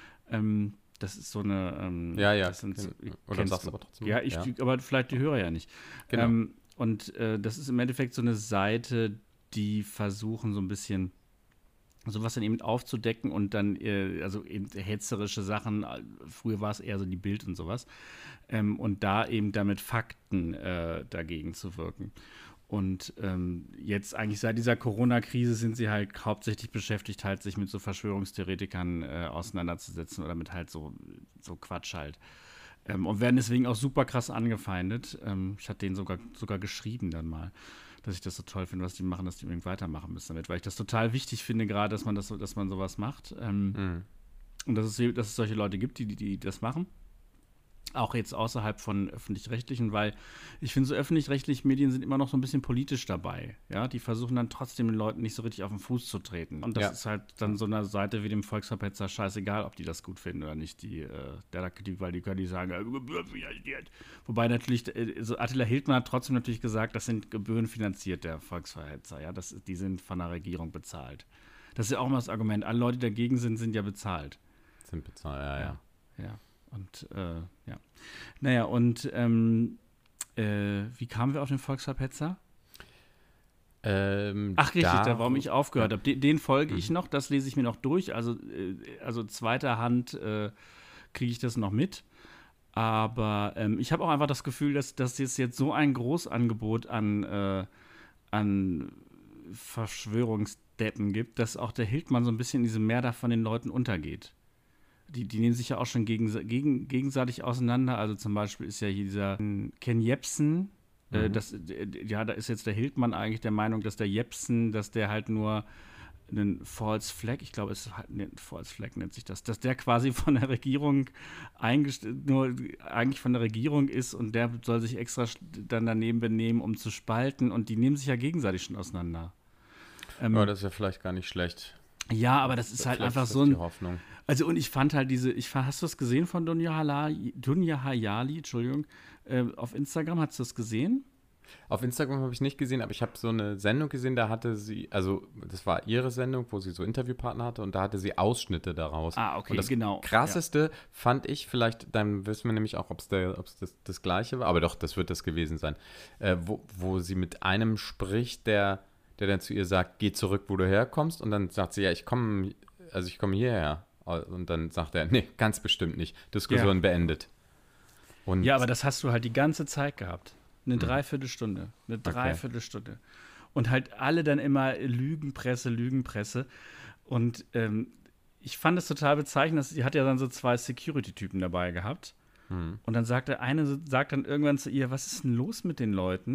Das ist so eine. Das sind, oder sagst du aber trotzdem. Ja, aber vielleicht die Hörer ja nicht. Genau. Und das ist im Endeffekt so eine Seite, die versuchen so ein bisschen sowas dann eben aufzudecken und dann, also eben hetzerische Sachen, früher war es eher so die Bild und sowas, und da eben damit Fakten dagegen zu wirken. Und jetzt eigentlich seit dieser Corona-Krise sind sie halt hauptsächlich beschäftigt, halt sich mit so Verschwörungstheoretikern auseinanderzusetzen oder mit halt so Quatsch halt. Und werden deswegen auch super krass angefeindet. Ich hatte denen sogar geschrieben dann mal, dass ich das so toll finde, was die machen, dass die unbedingt weitermachen müssen damit, weil ich das total wichtig finde, gerade, dass man sowas macht. Und dass es solche Leute gibt, die das machen. Auch jetzt außerhalb von öffentlich-rechtlichen, weil ich finde, so öffentlich-rechtliche Medien sind immer noch so ein bisschen politisch dabei. Ja, die versuchen dann trotzdem den Leuten nicht so richtig auf den Fuß zu treten. Und das ist halt dann so eine Seite wie dem Volksverpetzer scheißegal, ob die das gut finden oder nicht. Weil die können die sagen, wobei natürlich, so Attila Hildmann hat trotzdem natürlich gesagt, das sind gebührenfinanziert, der Volksverhetzer. Ja, die sind von der Regierung bezahlt. Das ist ja auch immer das Argument. Alle Leute, die dagegen sind ja bezahlt. Sind bezahlt, ja. Und ja. Naja, und wie kamen wir auf den Volksverpetzer? Ach, richtig, warum ich aufgehört habe. Den folge ich noch, das lese ich mir noch durch. Also zweiter Hand kriege ich das noch mit. Aber ich habe auch einfach das Gefühl, dass es jetzt so ein Großangebot an Verschwörungsdeppen gibt, dass auch der Hildmann so ein bisschen in diesem Meer da von den Leuten untergeht. Die nehmen sich ja auch schon gegenseitig auseinander. Also zum Beispiel ist ja hier dieser Ken Jebsen. Da ist jetzt der Hildmann eigentlich der Meinung, dass der Jebsen, dass der halt nur einen False Flag, ich glaube, False Flag nennt sich das, dass der quasi von der Regierung eigentlich von der Regierung ist und der soll sich extra dann daneben benehmen, um zu spalten. Und die nehmen sich ja gegenseitig schon auseinander. Aber das ist ja vielleicht gar nicht schlecht. Ja, aber das ist halt einfach so ein. Hoffnung. Also, und ich fand halt hast du das gesehen von Dunja Hayali, Entschuldigung, auf Instagram, hast du das gesehen? Auf Instagram habe ich nicht gesehen, aber ich habe so eine Sendung gesehen, da hatte sie, also das war ihre Sendung, wo sie so Interviewpartner hatte und da hatte sie Ausschnitte daraus. Ah, okay, und das genau. Krasseste fand ich, vielleicht, dann wissen wir nämlich auch, ob es das Gleiche war, aber doch, das wird das gewesen sein, wo sie mit einem spricht, der dann zu ihr sagt, geh zurück, wo du herkommst. Und dann sagt sie, ja, ich komme hierher. Und dann sagt er, nee, ganz bestimmt nicht. Diskussion beendet. Und ja, aber das hast du halt die ganze Zeit gehabt. Eine Dreiviertelstunde. Und halt alle dann immer Lügenpresse. Und ich fand es total bezeichnend, sie hat ja dann so 2 Security-Typen dabei gehabt. Und dann sagt der eine irgendwann zu ihr, was ist denn los mit den Leuten?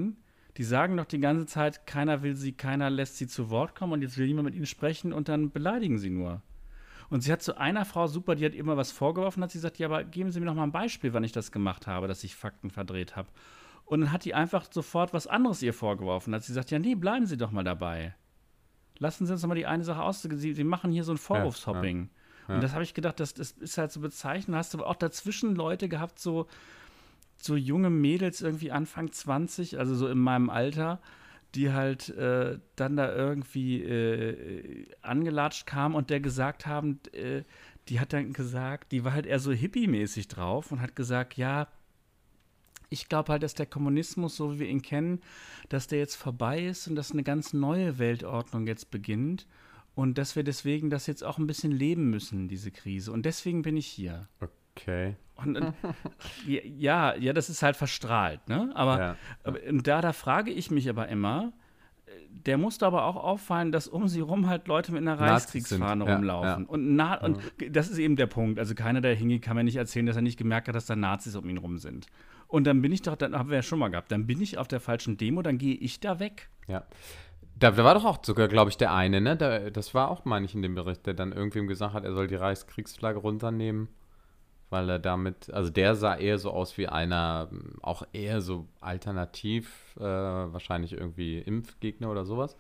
Die sagen doch die ganze Zeit, keiner lässt sie zu Wort kommen und jetzt will niemand mit ihnen sprechen und dann beleidigen sie nur. Und sie hat zu einer Frau, super, die hat immer was vorgeworfen, hat sie gesagt, ja, aber geben Sie mir noch mal ein Beispiel, wann ich das gemacht habe, dass ich Fakten verdreht habe. Und dann hat die einfach sofort was anderes ihr vorgeworfen. Hat sie gesagt, ja, nee, bleiben Sie doch mal dabei. Lassen Sie uns doch mal die eine Sache aus. Sie machen hier so ein Vorwurfshopping. Ja. Und das habe ich gedacht, das ist halt so bezeichnend. Hast du aber auch dazwischen Leute gehabt, so junge Mädels irgendwie Anfang 20, also so in meinem Alter, die halt dann da irgendwie angelatscht kamen und der gesagt haben, die hat dann gesagt, die war halt eher so hippie-mäßig drauf und hat gesagt, ja, ich glaube halt, dass der Kommunismus, so wie wir ihn kennen, dass der jetzt vorbei ist und dass eine ganz neue Weltordnung jetzt beginnt und dass wir deswegen das jetzt auch ein bisschen leben müssen, diese Krise. Und deswegen bin ich hier. Okay. Und ja, das ist halt verstrahlt, ne? Aber da frage ich mich aber immer, der musste aber auch auffallen, dass um sie rum halt Leute mit einer Reichskriegsfahne rumlaufen. Ja. Und das ist eben der Punkt. Also keiner, der hingeht, kann mir nicht erzählen, dass er nicht gemerkt hat, dass da Nazis um ihn rum sind. Und dann dann haben wir ja schon mal gehabt, dann bin ich auf der falschen Demo, dann gehe ich da weg. Ja. Da war doch auch sogar, glaube ich, der eine, ne? Das war auch, meine ich, in dem Bericht, der dann irgendwem gesagt hat, er soll die Reichskriegsflagge runternehmen. Weil er damit, also der sah eher so aus wie einer, auch eher so alternativ, wahrscheinlich irgendwie Impfgegner oder sowas.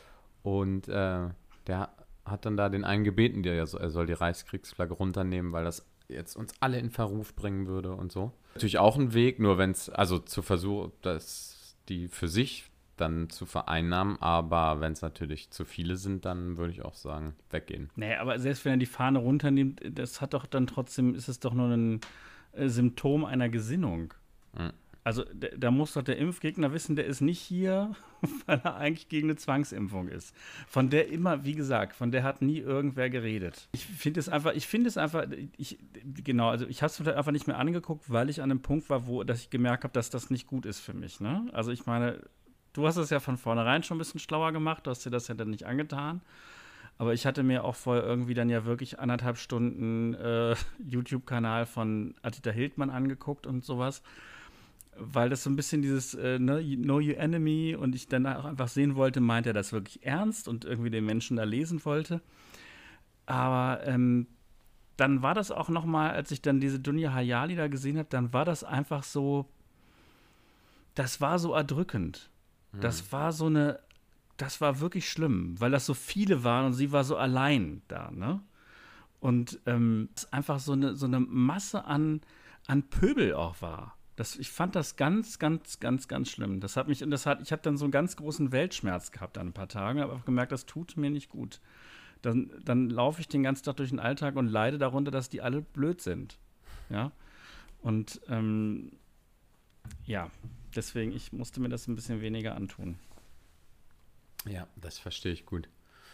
Und der hat dann da den einen gebeten, er soll die Reichskriegsflagge runternehmen, weil das jetzt uns alle in Verruf bringen würde und so. Natürlich auch ein Weg, nur wenn es, also zu versuchen, dass die für sich dann zu vereinnahmen, aber wenn es natürlich zu viele sind, dann würde ich auch sagen, weggehen. Naja, aber selbst wenn er die Fahne runternimmt, das hat doch dann trotzdem, ist es doch nur ein Symptom einer Gesinnung. Mhm. Also da muss doch der Impfgegner wissen, der ist nicht hier, weil er eigentlich gegen eine Zwangsimpfung ist. Von der immer, wie gesagt, von der hat nie irgendwer geredet. Ich finde es einfach, ich habe es vielleicht einfach nicht mehr angeguckt, weil ich an einem Punkt war, dass ich gemerkt habe, dass das nicht gut ist für mich. Ne? Also ich meine, du hast es ja von vornherein schon ein bisschen schlauer gemacht, du hast dir das ja dann nicht angetan. Aber ich hatte mir auch vorher irgendwie dann ja wirklich 1,5 Stunden YouTube-Kanal von Attila Hildmann angeguckt und sowas. Weil das so ein bisschen dieses Know Your Enemy und ich dann auch einfach sehen wollte, meint er das wirklich ernst und irgendwie den Menschen da lesen wollte. Aber dann war das auch noch mal, als ich dann diese Dunja Hayali da gesehen habe, dann war das einfach so, das war so erdrückend. Das war wirklich schlimm, weil das so viele waren und sie war so allein da, ne? Und es einfach so eine Masse an Pöbel auch war. Ich fand das ganz, ganz, ganz, ganz schlimm. Ich habe dann so einen ganz großen Weltschmerz gehabt an ein paar Tagen, habe auch gemerkt, das tut mir nicht gut. Dann laufe ich den ganzen Tag durch den Alltag und leide darunter, dass die alle blöd sind. Ja. Und deswegen, ich musste mir das ein bisschen weniger antun. Ja, das verstehe ich gut.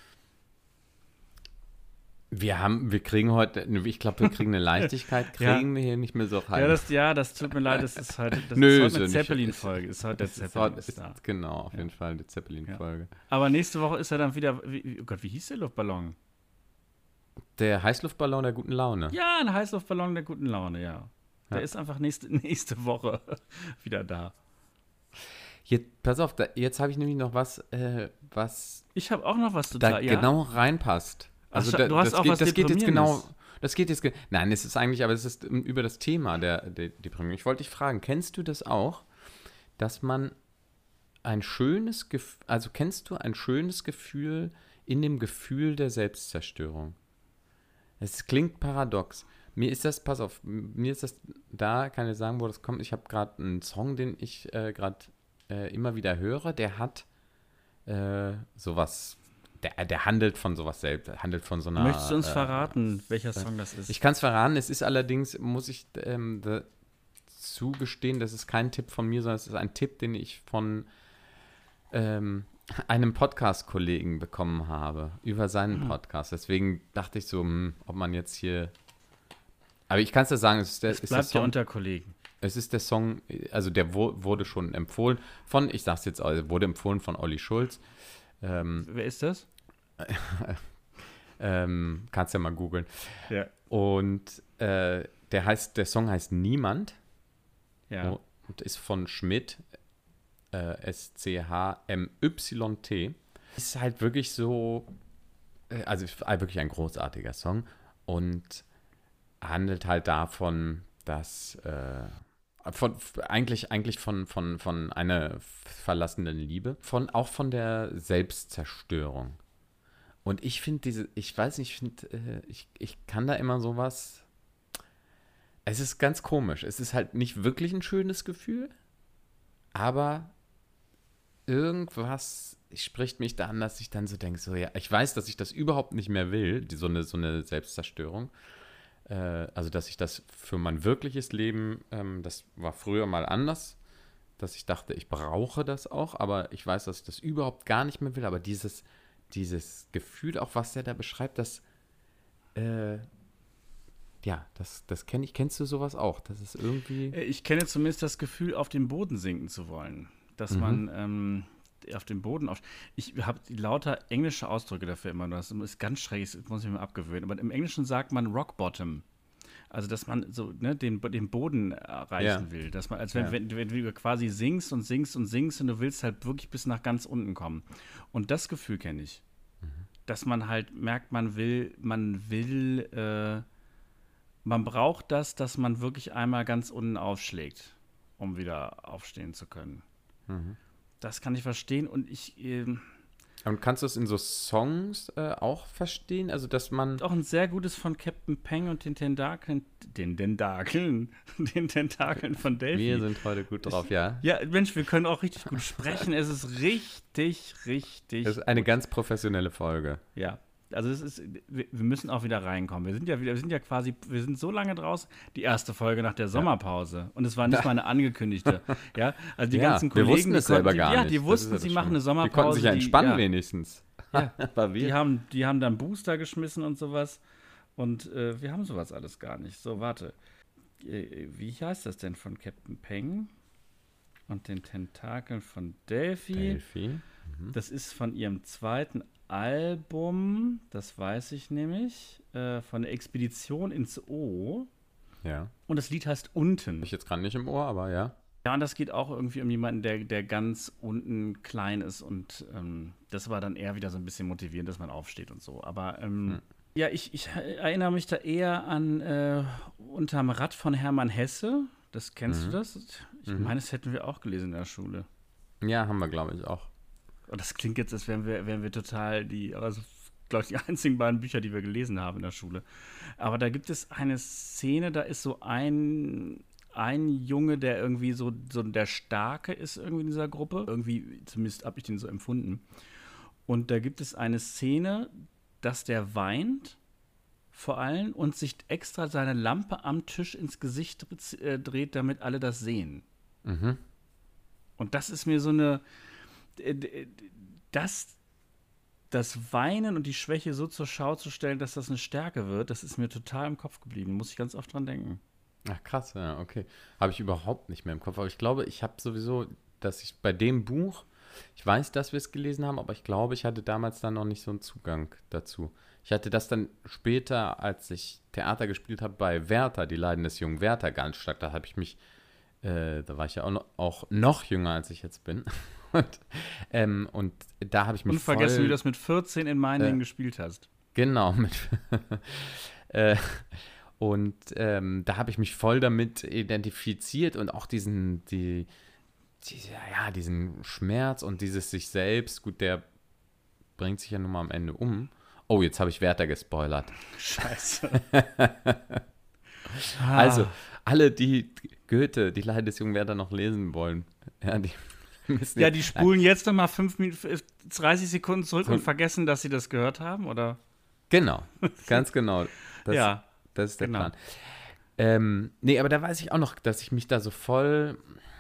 Wir kriegen heute, ich glaube, wir kriegen eine Leichtigkeit, wir hier nicht mehr so rein. Das tut mir leid, das ist heute eine Zeppelin-Folge. Ist heute der Zeppelin da. Genau, auf jeden Fall eine Zeppelin-Folge. Ja. Aber nächste Woche ist er dann wieder, wie hieß der Luftballon? Der Heißluftballon der guten Laune. Ja, ein Heißluftballon der guten Laune, ja. Der ist einfach nächste Woche wieder da. Jetzt, pass auf, jetzt habe ich nämlich noch was ich habe auch noch was da genau reinpasst. Also du hast auch was Deprimierendes. Nein, es ist eigentlich, aber es ist über das Thema der Deprimierung. Ich wollte dich fragen, kennst du das auch, dass man ein schönes Gefühl, also kennst du ein schönes Gefühl in dem Gefühl der Selbstzerstörung? Es klingt paradox. Da kann ich sagen, wo das kommt. Ich habe gerade einen Song, den ich gerade immer wieder höre, der hat sowas. Der handelt von sowas selbst, handelt von so einer... Möchtest du uns verraten, welcher Song das ist? Ich kann es verraten, es ist allerdings, muss ich zugestehen, das ist kein Tipp von mir, sondern es ist ein Tipp, den ich von einem Podcast-Kollegen bekommen habe, über seinen Podcast. Deswegen dachte ich so, ob man jetzt hier... Aber ich kann es dir sagen, es bleibt ja unter Kollegen. Es ist der Song, also der wurde schon empfohlen von, ich sag's jetzt, wurde empfohlen von Olli Schulz. Wer ist das? Kannst ja mal googeln. Ja. Und der Song heißt Niemand. Ja. Und ist von Schmidt. SCHMYT. Ist halt wirklich so, also wirklich ein großartiger Song und handelt halt davon, dass eigentlich von einer verlassenen Liebe, auch von der Selbstzerstörung. Und ich finde ich weiß nicht, ich kann da immer sowas, es ist ganz komisch. Es ist halt nicht wirklich ein schönes Gefühl, aber irgendwas spricht mich da an, dass ich dann so denke, so ja, ich weiß, dass ich das überhaupt nicht mehr will, so eine Selbstzerstörung. Also, dass ich das für mein wirkliches Leben, das war früher mal anders, dass ich dachte, ich brauche das auch, aber ich weiß, dass ich das überhaupt gar nicht mehr will. Aber dieses Gefühl, auch was der da beschreibt, das kenne ich. Kennst du sowas auch? Das ist irgendwie. Ich kenne zumindest das Gefühl, auf den Boden sinken zu wollen. Dass man auf dem Boden Ich habe lauter englische Ausdrücke dafür immer. Das ist ganz schräg, das muss ich mir mal abgewöhnen. Aber im Englischen sagt man Rock Bottom. Also, dass man so den Boden erreichen will. Dass man, als wenn du quasi singst und singst und singst und du willst halt wirklich bis nach ganz unten kommen. Und das Gefühl kenne ich. Dass man halt merkt, man braucht das, dass man wirklich einmal ganz unten aufschlägt, um wieder aufstehen zu können. Das kann ich verstehen und Und kannst du es in so Songs auch verstehen? Also, dass man. Auch ein sehr gutes von Captain Peng und den Tentakeln von Delphi. Wir sind heute gut drauf, ja. Ja, Mensch, wir können auch richtig gut sprechen. Es ist richtig. Das ist eine ganz professionelle Folge. Ja. Also wir müssen auch wieder reinkommen. Wir sind so lange draus, die erste Folge nach der Sommerpause. Und es war nicht mal eine angekündigte. Ja, also die ganzen Kollegen, wir wussten es selber gar nicht. Ja, die wussten, sie machen eine Sommerpause. Die konnten sich ja entspannen wenigstens. Ja, die haben dann Booster geschmissen und sowas. Und wir haben sowas alles gar nicht. So, warte. Wie heißt das denn von Captain Peng und den Tentakeln von Delphi? Das ist von ihrem zweiten Album, das weiß ich nämlich, von der Expedition ins O. Ja. Und das Lied heißt Unten. Hab ich jetzt gerade nicht im Ohr, aber ja. Ja, und das geht auch irgendwie um jemanden, der ganz unten klein ist und das war dann eher wieder so ein bisschen motivierend, dass man aufsteht und so. Aber ja, ich erinnere mich da eher an Unterm Rad von Hermann Hesse. Das kennst du das? Ich meine, das hätten wir auch gelesen in der Schule. Ja, haben wir, glaube ich, auch. Und das klingt jetzt, als wären wir total glaube ich, die einzigen beiden Bücher, die wir gelesen haben in der Schule. Aber da gibt es eine Szene, da ist so ein Junge, der irgendwie so der Starke ist irgendwie in dieser Gruppe. Irgendwie, zumindest habe ich den so empfunden. Und da gibt es eine Szene, dass der weint vor allem und sich extra seine Lampe am Tisch ins Gesicht dreht, damit alle das sehen. Und das ist mir so eine das Weinen und die Schwäche so zur Schau zu stellen, dass das eine Stärke wird, das ist mir total im Kopf geblieben. Muss ich ganz oft dran denken. Ach krass, ja, okay. Habe ich überhaupt nicht mehr im Kopf. Aber ich glaube, ich habe sowieso, dass ich bei dem Buch, ich weiß, dass wir es gelesen haben, aber ich glaube, ich hatte damals dann noch nicht so einen Zugang dazu. Ich hatte das dann später, als ich Theater gespielt habe, bei Werther, die Leiden des jungen Werther, ganz stark. Da habe ich mich, da war ich ja auch noch jünger, als ich jetzt bin. Und da habe ich mich unvergessen, wie du das mit 14 in Meiningen gespielt hast. Genau. Da habe ich mich voll damit identifiziert und auch diesen Schmerz und dieses sich selbst, gut, der bringt sich ja nun mal am Ende um. Oh, jetzt habe ich Werther gespoilert. Scheiße. Also, alle, die Goethe, die Leiden des jungen Werther noch lesen wollen, die spulen jetzt noch mal 30 Sekunden zurück und vergessen, dass sie das gehört haben, oder? Genau, ganz genau. Das ist der Plan. Nee, aber da weiß ich auch noch, dass ich mich da so voll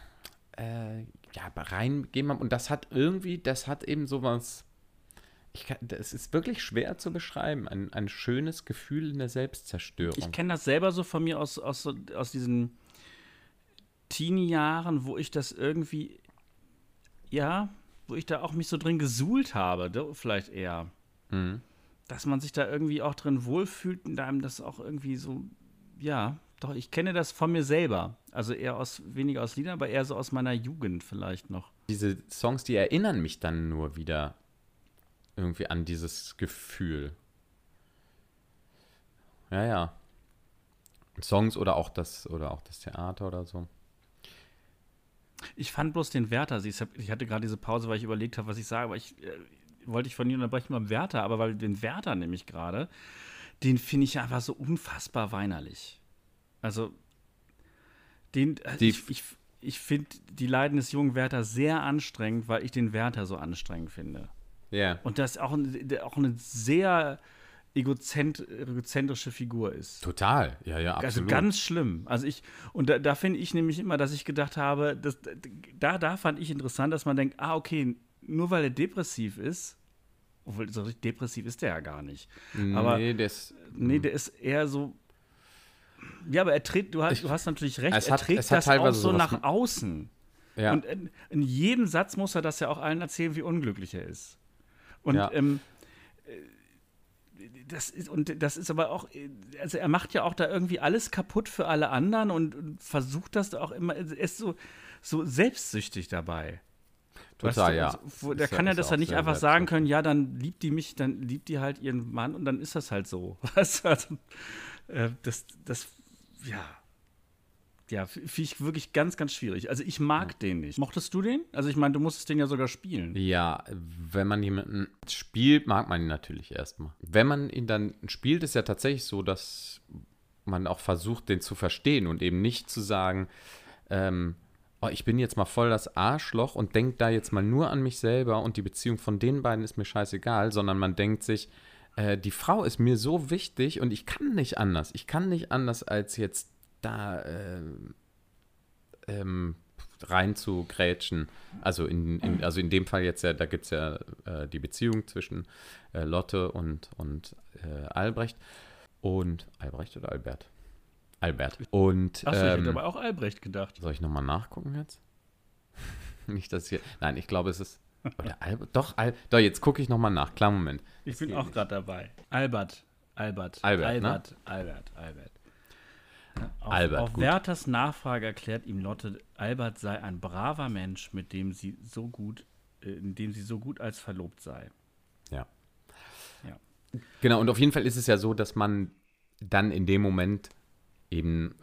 reingegeben habe. Und das hat eben sowas, das ist wirklich schwer zu beschreiben, ein schönes Gefühl in der Selbstzerstörung. Ich kenne das selber so von mir aus diesen Teenie-Jahren, wo ich das irgendwie wo ich da auch mich so drin gesuhlt habe, vielleicht eher. Dass man sich da irgendwie auch drin wohlfühlt und einem das auch irgendwie so, Doch, ich kenne das von mir selber. Also weniger aus Liedern, aber eher so aus meiner Jugend vielleicht noch. Diese Songs, die erinnern mich dann nur wieder irgendwie an dieses Gefühl. Ja, ja. Songs oder auch das Theater oder so. Ich fand bloß den Wärter, ich hatte gerade diese Pause, weil ich überlegt habe, was ich sage, aber wollte ich von dir unterbrechen beim Wärter, aber weil den Wärter nämlich gerade, den finde ich einfach so unfassbar weinerlich. Also, ich finde die Leiden des jungen Wärter sehr anstrengend, weil ich den Wärter so anstrengend finde. Ja. Yeah. Und das auch eine sehr egozentrische Figur ist. Total, ja, absolut. Also ganz schlimm. Also da finde ich nämlich immer, dass ich gedacht habe, da fand ich interessant, dass man denkt, okay, nur weil er depressiv ist, obwohl so richtig depressiv ist der ja gar nicht. Aber, der ist eher so, ja, aber du hast natürlich recht, er trägt das auch so nach außen. Ja. Und in jedem Satz muss er das ja auch allen erzählen, wie unglücklich er ist. Und das ist aber auch, also er macht ja auch da irgendwie alles kaputt für alle anderen und versucht das auch immer, er ist so selbstsüchtig dabei. Total, ja. Der kann ja das ja nicht einfach sagen können, ja, dann liebt die halt ihren Mann und dann ist das halt so. Weißt du, also, ja, finde ich wirklich ganz, ganz schwierig. Also ich mag den nicht. Mochtest du den? Also ich meine, du musstest den ja sogar spielen. Ja, wenn man jemanden spielt, mag man ihn natürlich erstmal. Wenn man ihn dann spielt, ist ja tatsächlich so, dass man auch versucht, den zu verstehen und eben nicht zu sagen, ich bin jetzt mal voll das Arschloch und denke da jetzt mal nur an mich selber und die Beziehung von den beiden ist mir scheißegal, sondern man denkt sich, die Frau ist mir so wichtig und ich kann nicht anders. Ich kann nicht anders, als jetzt da rein zu grätschen. Also in dem Fall jetzt ja, da gibt es ja die Beziehung zwischen Lotte und Albrecht. Und Albrecht oder Albert? Albert. Und, achso, ich hätte aber auch Albrecht gedacht. Soll ich nochmal nachgucken jetzt? Nicht, dass hier. Nein, ich glaube, es ist. Oder doch, jetzt gucke ich nochmal nach. Klar, Moment. Ich bin auch gerade dabei. Albert. Auf Werthers Nachfrage erklärt ihm Lotte, Albert sei ein braver Mensch, in dem sie so gut als verlobt sei. Ja. Genau, und auf jeden Fall ist es ja so, dass man dann in dem Moment eben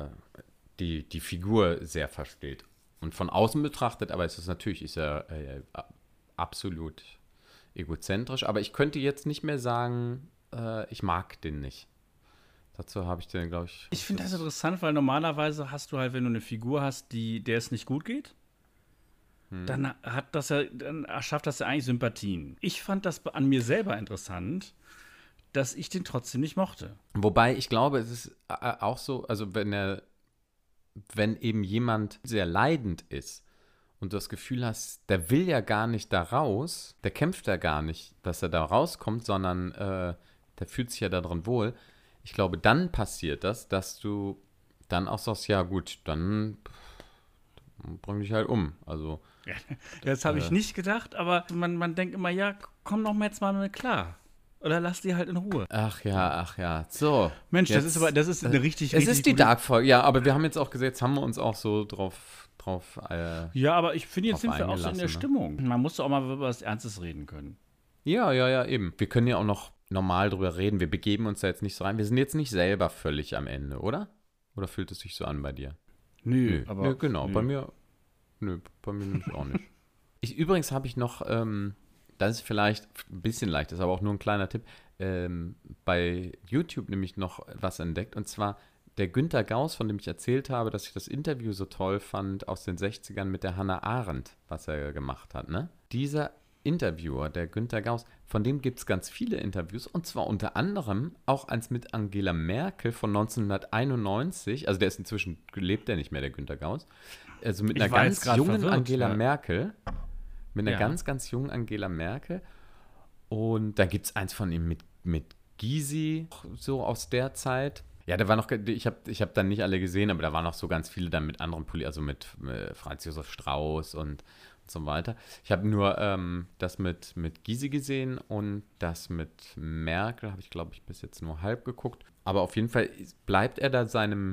die Figur sehr versteht. Und von außen betrachtet, aber ist er absolut egozentrisch. Aber ich könnte jetzt nicht mehr sagen, ich mag den nicht. Dazu habe ich den, glaube ich. Ich finde das interessant, weil normalerweise hast du halt, wenn du eine Figur hast, der es nicht gut geht, dann erschafft das ja eigentlich Sympathien. Ich fand das an mir selber interessant, dass ich den trotzdem nicht mochte. Wobei ich glaube, es ist auch so, also wenn eben jemand sehr leidend ist und du das Gefühl hast, der will ja gar nicht da raus, der kämpft ja gar nicht, dass er da rauskommt, sondern der fühlt sich ja darin wohl. Ich glaube, dann passiert das, dass du dann auch sagst, ja gut, dann bring dich halt um. Also, ja, das habe ich nicht gedacht, aber man denkt immer, ja, komm doch mal jetzt mal mit klar. Oder lass die halt in Ruhe. Ach ja. So. Mensch, jetzt, das ist eine richtig Es ist die Dark-Folge, ja, aber wir haben jetzt auch gesagt, jetzt haben wir uns auch so drauf ja, aber ich finde, jetzt sind wir auch so in der Stimmung. Man muss doch auch mal über was Ernstes reden können. Ja, eben. Wir können ja auch noch normal drüber reden. Wir begeben uns da jetzt nicht so rein. Wir sind jetzt nicht selber völlig am Ende, oder? Oder fühlt es sich so an bei dir? Nö. Genau. Bei mir nämlich auch nicht. Übrigens habe ich noch, das ist vielleicht ein bisschen leicht, ist aber auch nur ein kleiner Tipp, bei YouTube nämlich noch was entdeckt. Und zwar der Günter Gauss, von dem ich erzählt habe, dass ich das Interview so toll fand aus den 60ern mit der Hannah Arendt, was er gemacht hat, ne? Dieser Interviewer, der Günter Gauss, von dem gibt es ganz viele Interviews und zwar unter anderem auch eins mit Angela Merkel von 1991, also der ist inzwischen, lebt der nicht mehr, der Günter Gauss, also mit einer ganz jungen Angela Merkel, ganz jungen Angela Merkel und da gibt es eins von ihm mit Gysi, so aus der Zeit. Ja, da war noch, ich hab dann nicht alle gesehen, aber da waren noch so ganz viele dann mit anderen also mit Franz Josef Strauß und so weiter. Ich habe nur das mit Gysi gesehen und das mit Merkel habe ich, glaube ich, bis jetzt nur halb geguckt. Aber auf jeden Fall bleibt er da seinem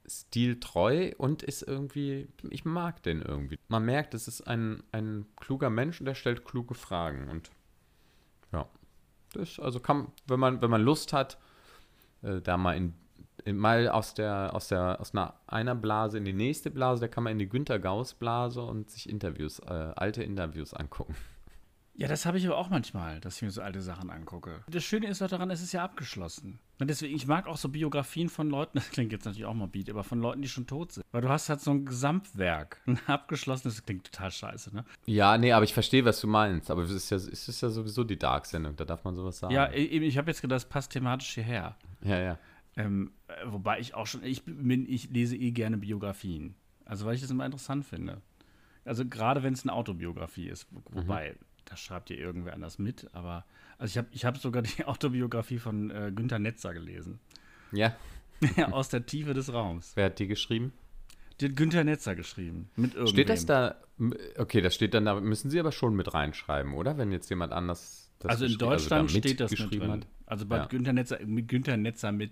stiltreu und ist irgendwie, ich mag den irgendwie. Man merkt, es ist ein kluger Mensch und der stellt kluge Fragen. Und ja, das also kann, wenn man Lust hat, da mal mal aus einer Blase in die nächste Blase, da kann man in die Günter Gauss Blase und sich alte Interviews angucken. Ja, das habe ich aber auch manchmal, dass ich mir so alte Sachen angucke. Das Schöne ist doch daran, es ist ja abgeschlossen. Und deswegen, ich mag auch so Biografien von Leuten, das klingt jetzt natürlich auch morbid, aber von Leuten, die schon tot sind. Weil du hast halt so ein Gesamtwerk, ein abgeschlossenes, das klingt total scheiße, ne? Ja, nee, aber ich verstehe, was du meinst. Aber es ist ja sowieso die Dark-Sendung, da darf man sowas sagen. Ja, eben, ich habe jetzt gedacht, das passt thematisch hierher. Ja. Wobei ich auch schon, ich lese gerne Biografien. Also, weil ich das immer interessant finde. Also, gerade wenn es eine Autobiografie ist, wobei, da schreibt ja irgendwer anders mit, aber, also ich hab sogar die Autobiografie von Günter Netzer gelesen. Ja. Ja, aus der Tiefe des Raums. Wer hat die geschrieben? Die hat Günter Netzer geschrieben, mit irgendwem. Steht das da? Okay, das steht dann da, müssen Sie aber schon mit reinschreiben, oder? Wenn jetzt jemand anders das Also in Deutschland da steht das mit geschrieben drin. hat. Also bei Günter Netzer mit.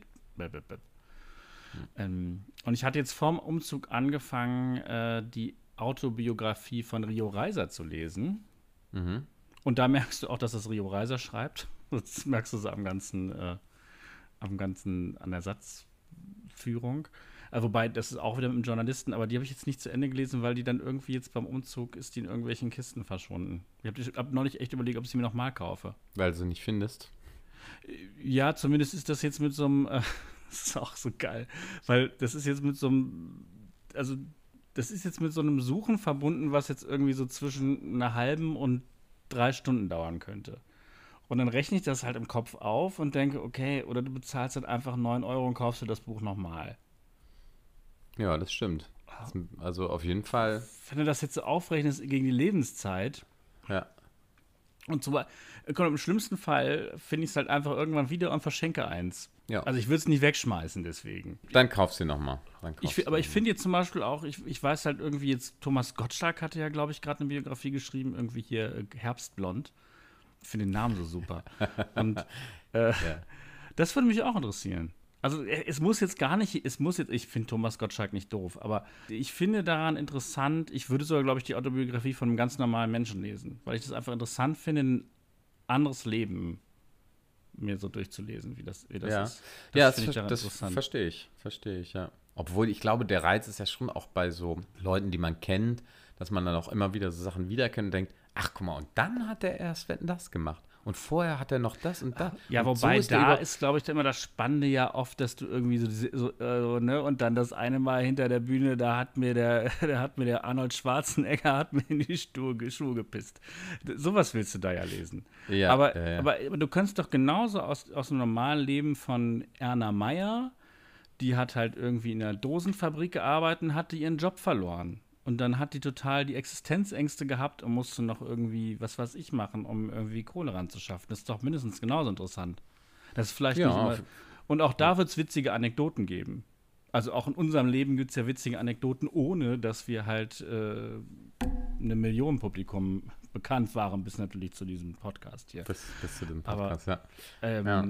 Und ich hatte jetzt vorm Umzug angefangen, die Autobiografie von Rio Reiser zu lesen. Mhm. Und da merkst du auch, dass das Rio Reiser schreibt. Das merkst du so an der Satzführung. Wobei, das ist auch wieder mit einem Journalisten, aber die habe ich jetzt nicht zu Ende gelesen, weil die dann irgendwie jetzt beim Umzug ist die in irgendwelchen Kisten verschwunden. Ich hab neulich echt überlegt, ob ich sie mir nochmal kaufe. Weil du sie nicht findest. Ja, zumindest ist das jetzt mit so einem, das ist auch so geil, weil das ist jetzt mit so einem, also das ist jetzt mit so einem Suchen verbunden, was jetzt irgendwie so zwischen einer halben und 3 Stunden dauern könnte. Und dann rechne ich das halt im Kopf auf und denke, okay, oder du bezahlst halt einfach 9 Euro und kaufst dir das Buch nochmal. Ja, das stimmt. Also auf jeden Fall. Wenn du das jetzt so aufrechnest gegen die Lebenszeit. Ja. Und so, im schlimmsten Fall finde ich es halt einfach irgendwann wieder und verschenke eins. Ja. Also ich würde es nicht wegschmeißen deswegen. Dann kauf sie nochmal. Aber ich finde jetzt zum Beispiel auch, ich weiß halt irgendwie jetzt, Thomas Gottschalk hatte ja, glaube ich, gerade eine Biografie geschrieben, irgendwie hier Herbstblond. Ich finde den Namen so super. Und das würde mich auch interessieren. Also es muss jetzt gar nicht, ich finde Thomas Gottschalk nicht doof, aber ich finde daran interessant, ich würde sogar, glaube ich, die Autobiografie von einem ganz normalen Menschen lesen, weil ich das einfach interessant finde, ein anderes Leben mir so durchzulesen, wie das ist. Das finde ich daran interessant. Verstehe ich, ja. Obwohl, ich glaube, der Reiz ist ja schon auch bei so Leuten, die man kennt, dass man dann auch immer wieder so Sachen wiederkennt und denkt, ach, guck mal, und dann hat er erst das gemacht. Und vorher hat er noch das und das. Ja, und wobei so ist, glaube ich, immer das Spannende ja oft, dass du irgendwie ne, und dann das eine Mal hinter der Bühne, da hat mir der Arnold Schwarzenegger hat mir in die Schuhe gepisst. Sowas willst du da ja lesen. Ja, aber du kannst doch genauso aus dem normalen Leben von Erna Meyer, die hat halt irgendwie in einer Dosenfabrik gearbeitet und hatte ihren Job verloren. Und dann hat die total die Existenzängste gehabt und musste noch irgendwie, was weiß ich, machen, um irgendwie Kohle ranzuschaffen. Das ist doch mindestens genauso interessant. Das ist vielleicht nicht immer. Und auch da wird es witzige Anekdoten geben. Also auch in unserem Leben gibt es ja witzige Anekdoten, ohne dass wir halt einem Millionenpublikum bekannt waren, bis natürlich zu diesem Podcast hier. Bis zu dem Podcast, ja.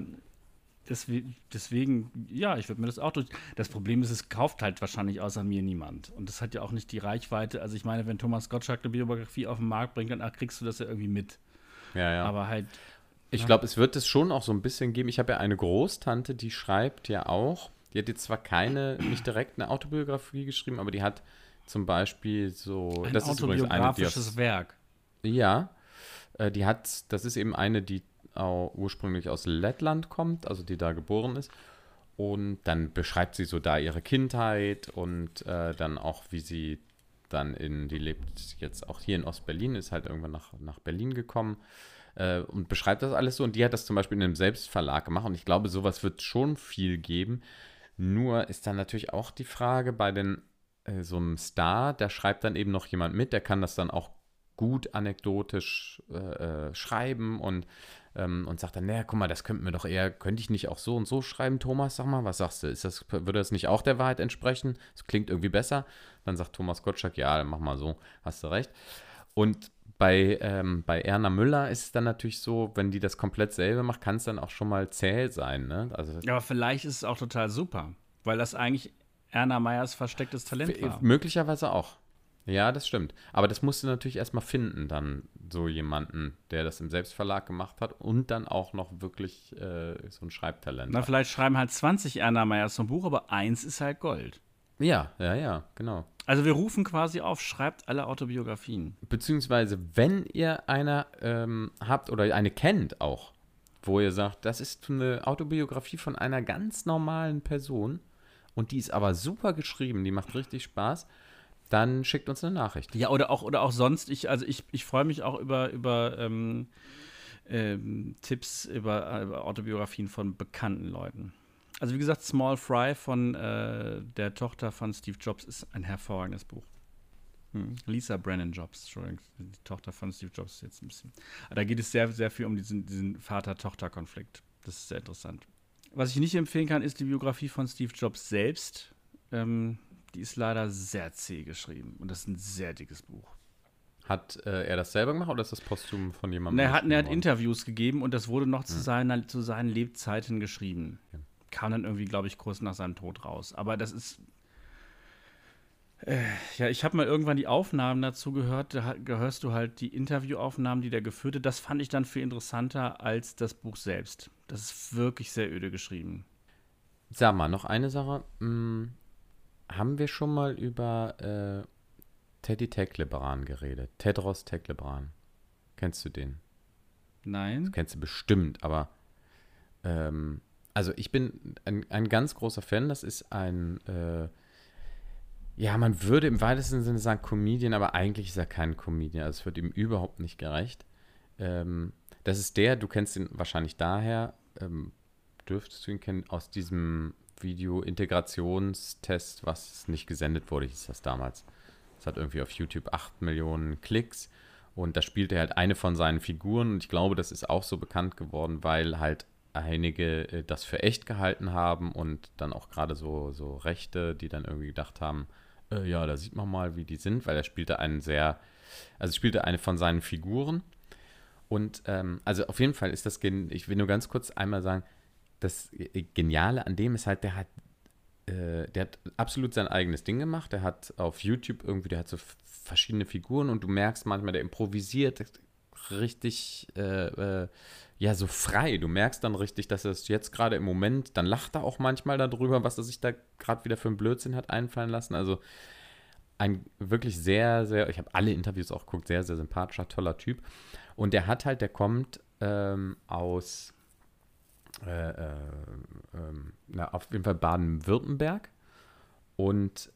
Deswegen, ja, ich würde mir das auch durch. Das Problem ist, es kauft halt wahrscheinlich außer mir niemand. Und das hat ja auch nicht die Reichweite. Also ich meine, wenn Thomas Gottschalk eine Biografie auf den Markt bringt, dann kriegst du das ja irgendwie mit. Ja. Aber halt. Ich glaube, es wird es schon auch so ein bisschen geben. Ich habe ja eine Großtante, die schreibt ja auch. Die hat jetzt zwar nicht direkt eine Autobiografie geschrieben, aber die hat zum Beispiel so. Ein das autobiografisches ist übrigens Werk. Ja. Das ist eben eine, die ursprünglich aus Lettland kommt, also die da geboren ist. Und dann beschreibt sie so da ihre Kindheit und dann auch, wie sie dann die lebt jetzt auch hier in Ostberlin, ist halt irgendwann nach Berlin gekommen und beschreibt das alles so. Und die hat das zum Beispiel in einem Selbstverlag gemacht. Und ich glaube, sowas wird schon viel geben. Nur ist dann natürlich auch die Frage bei so einem Star, da schreibt dann eben noch jemand mit, der kann das dann auch gut anekdotisch schreiben und sagt dann, naja, guck mal, das könnte ich nicht auch so und so schreiben, Thomas, sag mal, was sagst du, würde das nicht auch der Wahrheit entsprechen? Das klingt irgendwie besser. Dann sagt Thomas Gottschalk, ja, dann mach mal so, hast du recht. Und bei Erna Müller ist es dann natürlich so, wenn die das komplett selber macht, kann es dann auch schon mal zäh sein, ne? Also, ja, aber vielleicht ist es auch total super, weil das eigentlich Erna Meyers verstecktes Talent war. Möglicherweise auch. Ja, das stimmt. Aber das musst du natürlich erstmal finden, dann so jemanden, der das im Selbstverlag gemacht hat und dann auch noch wirklich so ein Schreibtalent Na, hat. vielleicht schreiben halt 20 Erna Meyers so ein Buch, aber eins ist halt Gold. Ja, genau. Also wir rufen quasi auf, schreibt alle Autobiografien. Beziehungsweise, wenn ihr eine habt oder eine kennt auch, wo ihr sagt, das ist eine Autobiografie von einer ganz normalen Person und die ist aber super geschrieben, die macht richtig Spaß, dann schickt uns eine Nachricht. Ja, oder auch sonst. Ich freue mich auch über Tipps über Autobiografien von bekannten Leuten. Also wie gesagt, Small Fry von der Tochter von Steve Jobs ist ein hervorragendes Buch. Lisa Brennan Jobs, Entschuldigung, die Tochter von Steve Jobs ist jetzt ein bisschen. Aber da geht es sehr, sehr viel um diesen Vater-Tochter-Konflikt. Das ist sehr interessant. Was ich nicht empfehlen kann, ist die Biografie von Steve Jobs selbst. Die ist leider sehr zäh geschrieben und das ist ein sehr dickes Buch. Hat er das selber gemacht oder ist das posthum von jemandem? Er hat Interviews gegeben und das wurde noch zu seinen Lebzeiten geschrieben. Ja. Kam dann irgendwie, glaube ich, kurz nach seinem Tod raus. Aber das ist ich habe mal irgendwann die Aufnahmen dazu gehört, da hörst du halt die Interviewaufnahmen, die der geführt hat. Das fand ich dann viel interessanter als das Buch selbst. Das ist wirklich sehr öde geschrieben. Sag mal, noch eine Sache. Haben wir schon mal über Teddy Teklebran geredet? Tedros Teklebran. Kennst du den? Nein. Das kennst du bestimmt, aber also ich bin ein ganz großer Fan. Das ist ein man würde im weitesten Sinne sagen Comedian, aber eigentlich ist er kein Comedian. Also es wird ihm überhaupt nicht gerecht. Das ist du kennst ihn wahrscheinlich daher, dürftest du ihn kennen, aus diesem Video-Integrationstest, was nicht gesendet wurde, hieß das damals. Das hat irgendwie auf YouTube 8 Millionen Klicks und da spielt er halt eine von seinen Figuren und ich glaube, das ist auch so bekannt geworden, weil halt einige das für echt gehalten haben und dann auch gerade so Rechte, die dann irgendwie gedacht haben, da sieht man mal, wie die sind, weil er spielte eine von seinen Figuren und also auf jeden Fall ist das, ich will nur ganz kurz einmal sagen, das Geniale an dem ist halt, der hat absolut sein eigenes Ding gemacht, der hat auf YouTube der hat so verschiedene Figuren und du merkst manchmal, der improvisiert richtig so frei. Du merkst dann richtig, dass er es jetzt gerade im Moment, dann lacht er auch manchmal darüber, was er sich da gerade wieder für einen Blödsinn hat einfallen lassen. Also ein wirklich sehr, sehr, ich habe alle Interviews auch geguckt, sehr, sehr sympathischer, toller Typ. Und der kommt aus auf jeden Fall Baden-Württemberg und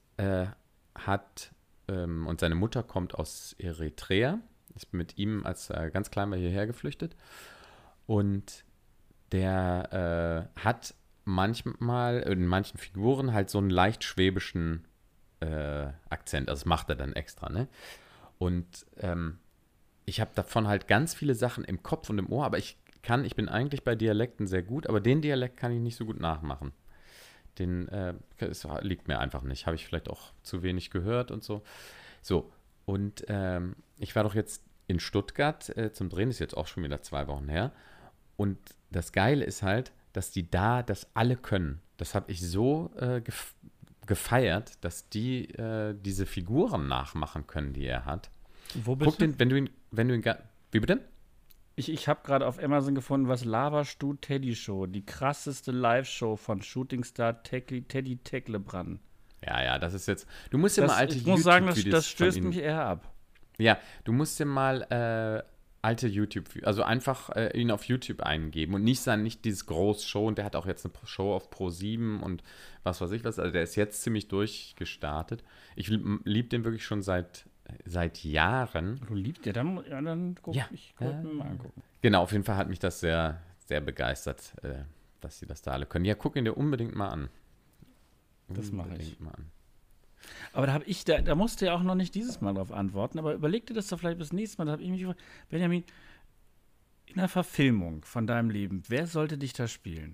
und seine Mutter kommt aus Eritrea, ist mit ihm als ganz klein war hierher geflüchtet und der hat manchmal in manchen Figuren halt so einen leicht schwäbischen Akzent, also das macht er dann extra, ne? Und ich habe davon halt ganz viele Sachen im Kopf und im Ohr, aber ich bin eigentlich bei Dialekten sehr gut, aber den Dialekt kann ich nicht so gut nachmachen. Es liegt mir einfach nicht. Habe ich vielleicht auch zu wenig gehört und so. So, und ich war doch jetzt in Stuttgart zum Drehen, ist jetzt auch schon wieder 2 Wochen her. Und das Geile ist halt, dass die da das alle können. Das habe ich so gefeiert, dass die diese Figuren nachmachen können, die er hat. Wo bist du? Wie bitte? Ich habe gerade auf Amazon gefunden, was laberst du, Teddy Show, die krasseste Live-Show von Shootingstar Teddy Teklebran. Ja, das ist jetzt, du musst ja mal alte YouTube-Videos. Ich muss sagen, das stößt mich eher ab. Ja, du musst ja mal alte YouTube, also einfach ihn auf YouTube eingeben und nicht dieses große Show, und der hat auch jetzt eine Show auf Pro7 und was weiß ich was, also der ist jetzt ziemlich durchgestartet. Ich liebe den wirklich schon seit Jahren. Du liebst den? Dann guck ich mir mal angucken. Genau, auf jeden Fall hat mich das sehr, sehr begeistert, dass sie das da alle können. Ja, guck ihn dir unbedingt mal an. Das mache ich. Aber da musste ja auch noch nicht dieses Mal drauf antworten, aber überleg dir das doch vielleicht bis nächstes Mal. Da habe ich mich gefragt, Benjamin, in der Verfilmung von deinem Leben, wer sollte dich da spielen?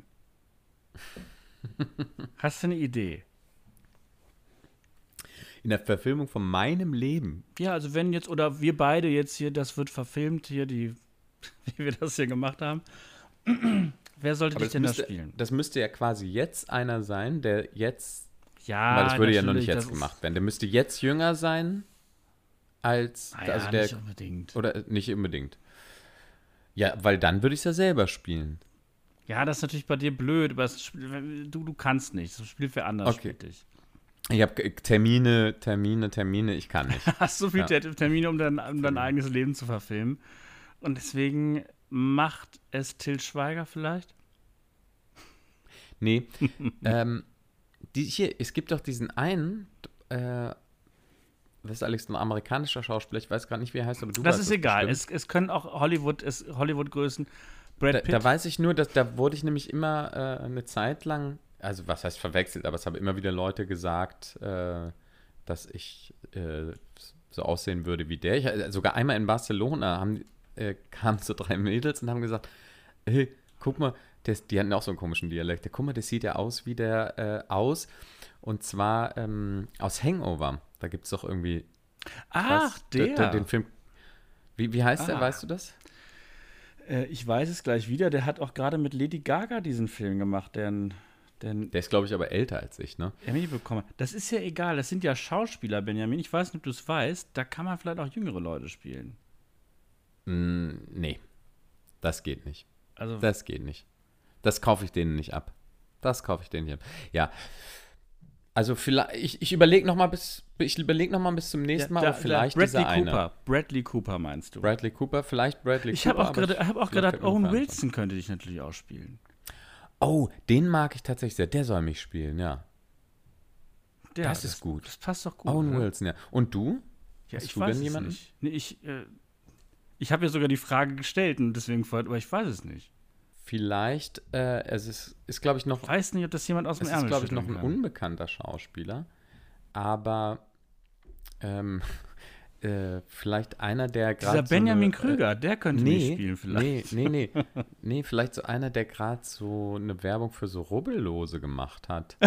Hast du eine Idee? In der Verfilmung von meinem Leben? Ja, also wenn jetzt, oder wir beide jetzt hier, das wird verfilmt hier, wie wir das hier gemacht haben. Wer sollte dich denn da spielen? Das müsste ja quasi jetzt einer sein, der jetzt Ja, Weil das würde ja noch nicht natürlich, jetzt gemacht werden. Der müsste jetzt jünger sein als, naja, also der, nicht unbedingt. oder nicht unbedingt. Ja, weil dann würde ich es ja selber spielen. Ja, das ist natürlich bei dir blöd, aber du kannst nicht. Das spielt wer anders Okay. spielt dich. Ich habe Termine, ich kann nicht. Hast so viele Ja. Termine, um dein eigenes Leben zu verfilmen. Und deswegen macht es Til Schweiger vielleicht? Nee. Es gibt doch diesen einen, was ist Alex, ein amerikanischer Schauspieler, ich weiß gerade nicht, wie er heißt, aber du Das weißt ist es egal. bestimmt. Es können auch Hollywood-Größen. Da, Brad Pitt. da weiß ich nur, dass da wurde ich nämlich immer eine Zeit lang, also was heißt verwechselt, aber es haben immer wieder Leute gesagt, dass ich so aussehen würde wie der. Sogar einmal in Barcelona kamen so 3 Mädels und haben gesagt, hey, guck mal, die hatten auch so einen komischen Dialekt. Guck mal, das sieht ja aus wie der aus. Und zwar aus Hangover. Da gibt es doch irgendwie Ach, der. den Film. Wie heißt der, weißt du das? Ich weiß es gleich wieder. Der hat auch gerade mit Lady Gaga diesen Film gemacht, der ist, glaube ich, aber älter als ich, ne? Emmy bekommen. Das ist ja egal. Das sind ja Schauspieler, Benjamin. Ich weiß nicht, ob du es weißt. Da kann man vielleicht auch jüngere Leute spielen. Nee. Das geht nicht. Also, Das geht nicht. Das kaufe ich denen nicht ab. Das kaufe ich denen nicht ab. Ja. Also vielleicht, ich überlege noch mal bis zum nächsten Mal, aber vielleicht Bradley dieser Cooper. eine. Bradley Cooper meinst du? Bradley Cooper, vielleicht Bradley Ich Cooper. habe auch gedacht, fällt mir Owen keiner Wilson könnte dich natürlich auch spielen. Oh, den mag ich tatsächlich sehr. Der soll mich spielen, ja. Das ist gut. Das passt doch gut. Owen oder? Wilson, ja. Und du? Ja, Hast ich du weiß denn es jemanden? nicht. Nee, ich habe ja sogar die Frage gestellt und deswegen aber ich weiß es nicht. Vielleicht, es ist glaube ich, noch, Ich weiß nicht, ob das jemand aus dem es ist, Ärmel glaube ich, noch schütteln ein kann. unbekannter Schauspieler. Aber vielleicht einer, der gerade Dieser Benjamin Krüger, der könnte mich spielen vielleicht. Nee, vielleicht so einer, der gerade so eine Werbung für so Rubbellose gemacht hat.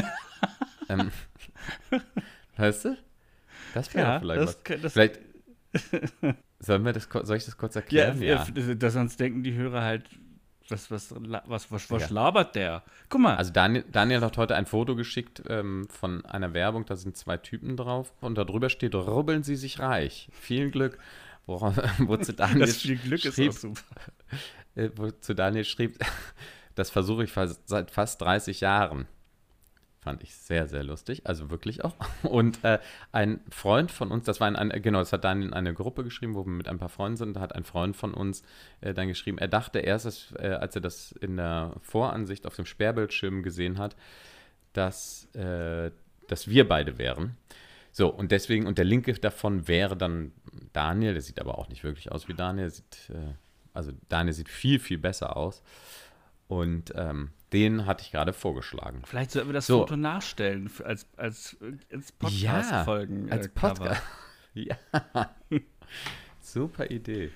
Weißt du? Das wäre doch vielleicht was. Vielleicht soll ich das kurz erklären? Ja, sonst denken die Hörer halt, was labert der? Guck mal. Also Daniel hat heute ein Foto geschickt von einer Werbung, da sind 2 Typen drauf und da drüber steht, rubbeln Sie sich reich. Viel Glück. Wozu Daniel das viel Glück schrieb, ist auch super. Wozu Daniel schrieb, das versuche ich seit fast 30 Jahren. Fand ich sehr, sehr lustig, also wirklich auch. Und ein Freund von uns, das hat Daniel in eine Gruppe geschrieben, wo wir mit ein paar Freunden sind, da hat ein Freund von uns dann geschrieben, er dachte erst, als er das in der Voransicht auf dem Sperrbildschirm gesehen hat, dass wir beide wären. So, und deswegen, und der Linke davon wäre dann Daniel, der sieht aber auch nicht wirklich aus wie Daniel, Daniel sieht viel, viel besser aus. Und den hatte ich gerade vorgeschlagen. Vielleicht sollten wir das Foto nachstellen als Podcast-Folgen. Ja, als Podcast. Ja. Super Idee.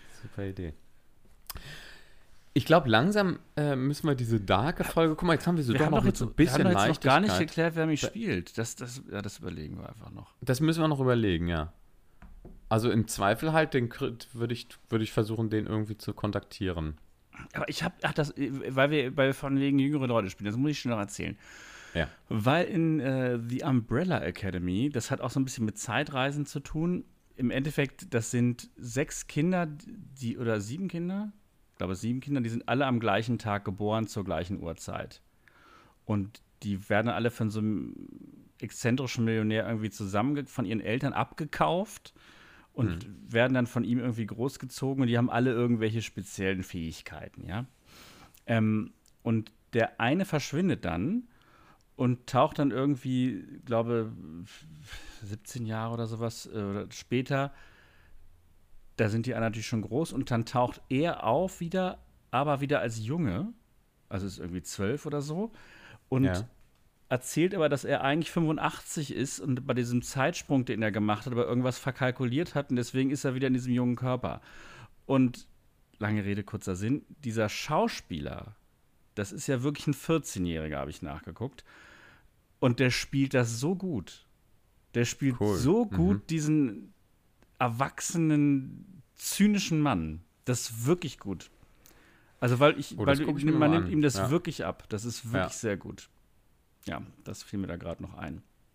Ich glaube, langsam müssen wir diese darke Folge, guck mal, jetzt haben wir doch noch mit so ein bisschen Leichtigkeit. Wir haben jetzt noch gar nicht Leichtigkeit. geklärt, wer mich spielt. Das überlegen wir einfach noch. Das müssen wir noch überlegen, ja. Also im Zweifel halt, würde ich versuchen, den irgendwie zu kontaktieren. Aber weil wir von wegen jüngere Leute spielen, das muss ich schon noch erzählen. Ja. Weil in The Umbrella Academy, das hat auch so ein bisschen mit Zeitreisen zu tun. Im Endeffekt, das sind 6 Kinder, oder 7 Kinder, ich glaube 7 Kinder, die sind alle am gleichen Tag geboren, zur gleichen Uhrzeit. Und die werden alle von so einem exzentrischen Millionär irgendwie von ihren Eltern abgekauft und werden dann von ihm irgendwie großgezogen und die haben alle irgendwelche speziellen Fähigkeiten, ja. Und der eine verschwindet dann und taucht dann irgendwie, glaube 17 Jahre oder sowas oder später, da sind die natürlich schon groß und dann taucht er auf wieder, aber wieder als Junge, also ist irgendwie 12 oder so und erzählt aber, dass er eigentlich 85 ist und bei diesem Zeitsprung, den er gemacht hat, aber irgendwas verkalkuliert hat und deswegen ist er wieder in diesem jungen Körper. Und lange Rede, kurzer Sinn, dieser Schauspieler, das ist ja wirklich ein 14-Jähriger, habe ich nachgeguckt. Und der spielt das so gut. Der spielt so gut diesen erwachsenen, zynischen Mann. Das ist wirklich gut. Also, man nimmt ihm das wirklich ab. Das ist wirklich sehr gut. Ja, das fiel mir da gerade noch ein.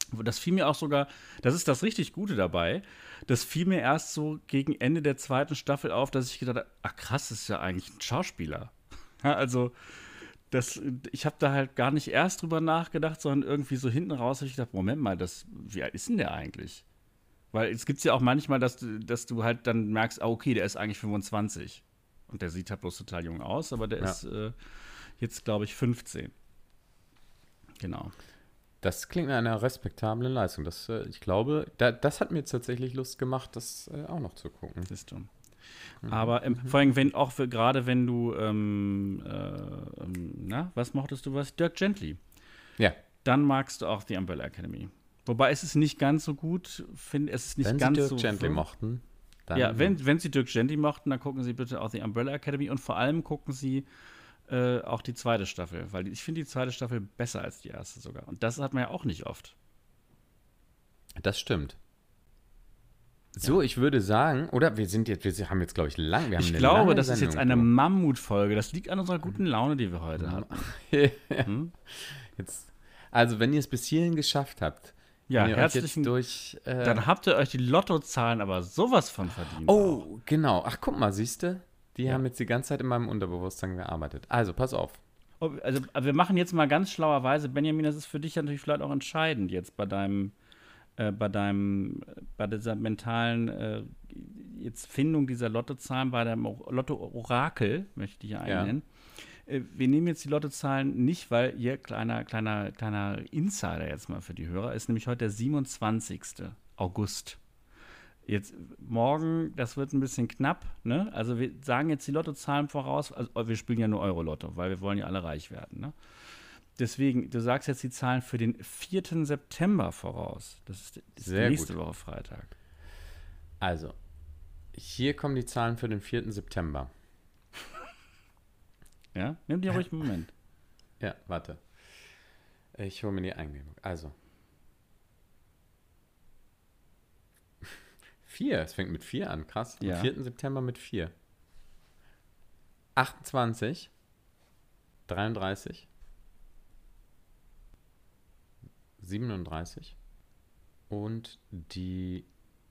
Das fiel mir auch sogar, das ist das richtig Gute dabei, das fiel mir erst so gegen Ende der zweiten Staffel auf, dass ich gedacht habe, ach krass, das ist ja eigentlich ein Schauspieler. Ja, also ich habe da halt gar nicht erst drüber nachgedacht, sondern irgendwie so hinten raus habe ich gedacht, Moment mal, wie alt ist denn der eigentlich? Weil es gibt ja auch manchmal, dass du halt dann merkst, ah, okay, der ist eigentlich 25. Und der sieht halt bloß total jung aus, aber der ist jetzt, glaube ich, 15. Genau. Das klingt nach einer respektablen Leistung. Ich glaube, das hat mir jetzt tatsächlich Lust gemacht, das auch noch zu gucken. Siehst du. Aber vor allem, gerade wenn du, was mochtest du was? Dirk Gently. Ja. Dann magst du auch The Umbrella Academy. Wobei es ist nicht ganz so gut, es ist nicht wenn ganz Sie Dirk so. Gently mochten. Dann Ja, wenn Sie Dirk Gently mochten, dann gucken Sie bitte auch The Umbrella Academy und vor allem gucken Sie auch die zweite Staffel, weil ich finde die zweite Staffel besser als die erste sogar. Und das hat man ja auch nicht oft. Das stimmt. So, ich würde sagen, oder wir haben jetzt, glaube ich, ich glaube, das ist jetzt eine Mammutfolge. Das liegt an unserer guten Laune, die wir heute hatten. Also, wenn ihr es bis hierhin geschafft habt, herzlichen dann habt ihr euch die Lottozahlen aber sowas von verdient. Oh, genau. Ach, guck mal, siehst du? Die haben jetzt die ganze Zeit in meinem Unterbewusstsein gearbeitet. Also, pass auf. Also, wir machen jetzt mal ganz schlauerweise, Benjamin, das ist für dich natürlich vielleicht auch entscheidend jetzt bei dieser mentalen jetzt Findung dieser Lottozahlen, bei dem Lotto-Orakel, möchte ich hier einnennen. Wir nehmen jetzt die Lottozahlen nicht, weil hier kleiner Insider jetzt mal für die Hörer, ist nämlich heute der 27. August. Jetzt morgen, das wird ein bisschen knapp, ne? Also wir sagen jetzt die Lottozahlen voraus, also wir spielen ja nur Euro-Lotto, weil wir wollen ja alle reich werden, ne? Deswegen, du sagst jetzt die Zahlen für den 4. September voraus. Das ist nächste Woche Freitag. Also, hier kommen die Zahlen für den 4. September. Ja, nimm dir ruhig einen Moment. Ja, warte. Ich hole mir die Eingebung. Also. 4, es fängt mit 4 an, krass. Ja. Am 4. September mit 4. 28, 33, 37 und die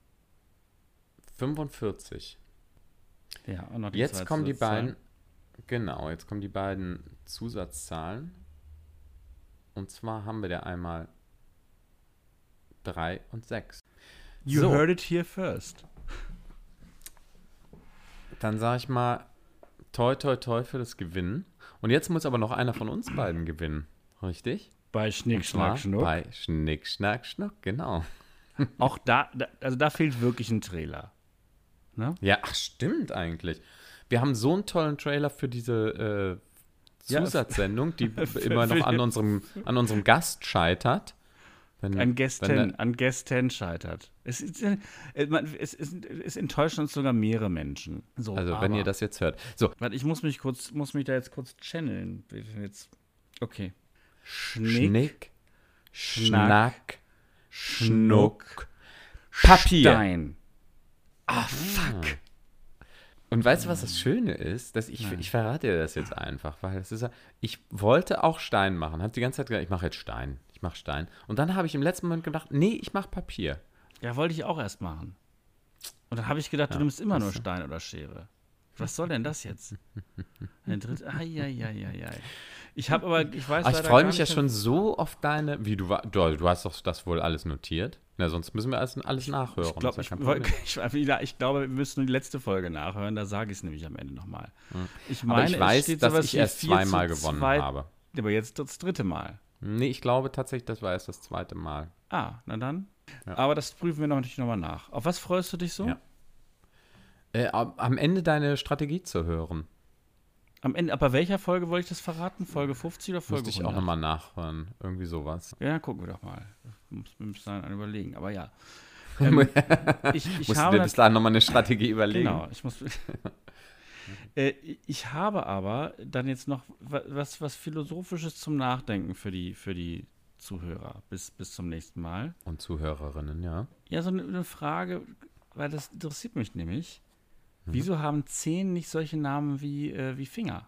45. Ja, und noch die Jetzt zwei kommen die Zusatzzahlen. beiden, genau, jetzt kommen die beiden Zusatzzahlen. Und zwar haben wir da einmal 3 und 6. You heard it here first. Dann sage ich mal, toi, toi, toi für das Gewinnen. Und jetzt muss aber noch einer von uns beiden gewinnen. Richtig? Bei Schnick, Schnack, Schnuck. Bei Schnick, Schnack, Schnuck, genau. Auch da fehlt wirklich ein Trailer. Ne? Ja, ach, stimmt eigentlich. Wir haben so einen tollen Trailer für diese Zusatzsendung, die immer noch an unserem Gast scheitert. An Gästen scheitert. Es enttäuschen uns sogar mehrere Menschen. So, also, wenn ihr das jetzt hört. So. Warte, ich muss mich da jetzt kurz channeln. Okay. Schnick, Schnack, Schnuck, Papier. Stein. Ah, fuck. Und weißt du, was das Schöne ist? Ich verrate dir das jetzt einfach, weil ich wollte auch Stein machen. Habe die ganze Zeit gesagt, ich mache jetzt Stein. Ich mache Stein. Und dann habe ich im letzten Moment gedacht, nee, ich mache Papier. Ja, wollte ich auch erst machen. Und dann habe ich gedacht, du nimmst immer nur Stein oder Schere. Was soll denn das jetzt? Ich freue mich ja schon so auf deine. Du hast doch das wohl alles notiert. Na, sonst müssen wir alles nachhören. Ich glaube, wir müssen nur die letzte Folge nachhören. Da sage ich es nämlich am Ende nochmal. Aber ich weiß, dass ich erst zweimal gewonnen habe. Aber jetzt das dritte Mal. Nee, ich glaube tatsächlich, das war erst das zweite Mal. Ah, na dann. Ja. Aber das prüfen wir natürlich nochmal nach. Auf was freust du dich so? Ja. Am Ende deine Strategie zu hören. Am Ende, aber welcher Folge wollte ich das verraten? Folge 50 oder Folge 100? Müsste ich auch nochmal nachhören. Irgendwie sowas. Ja, gucken wir doch mal. Wir müssen dann überlegen. Aber ja. Musst du dir bis dahin nochmal eine Strategie überlegen? Genau. Ich habe aber dann jetzt noch was Philosophisches zum Nachdenken für die Zuhörer bis zum nächsten Mal. Und Zuhörerinnen, ja. Ja, so eine Frage, weil das interessiert mich nämlich. Wieso haben Zehen nicht solche Namen wie Finger?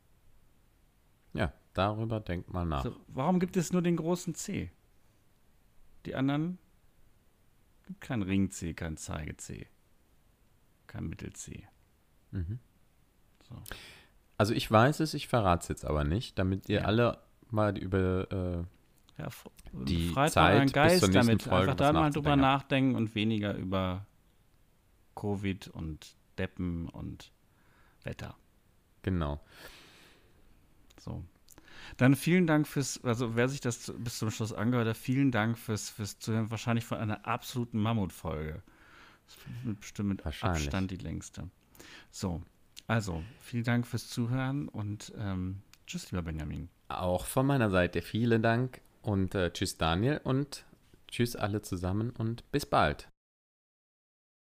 Ja, darüber denkt mal nach. Also, warum gibt es nur den großen C? Die anderen gibt kein Ring-C, kein Zeige-C, kein Mittel-C. Mhm. So. Also ich weiß es, ich verrate es jetzt aber nicht, damit ihr alle mal über die befreit Zeit mal euren bis Geist zur nächsten damit. Folge Einfach da was mal drüber nachzudenken. nachdenken und weniger über Covid und Deppen und Wetter. Genau. So. Dann vielen Dank also wer sich das bis zum Schluss angehört hat, vielen Dank fürs Zuhören. Wahrscheinlich von einer absoluten Mammutfolge. Das ist bestimmt mit Wahrscheinlich. Abstand die längste. So, also vielen Dank fürs Zuhören und tschüss, lieber Benjamin. Auch von meiner Seite vielen Dank und tschüss Daniel und tschüss alle zusammen und bis bald.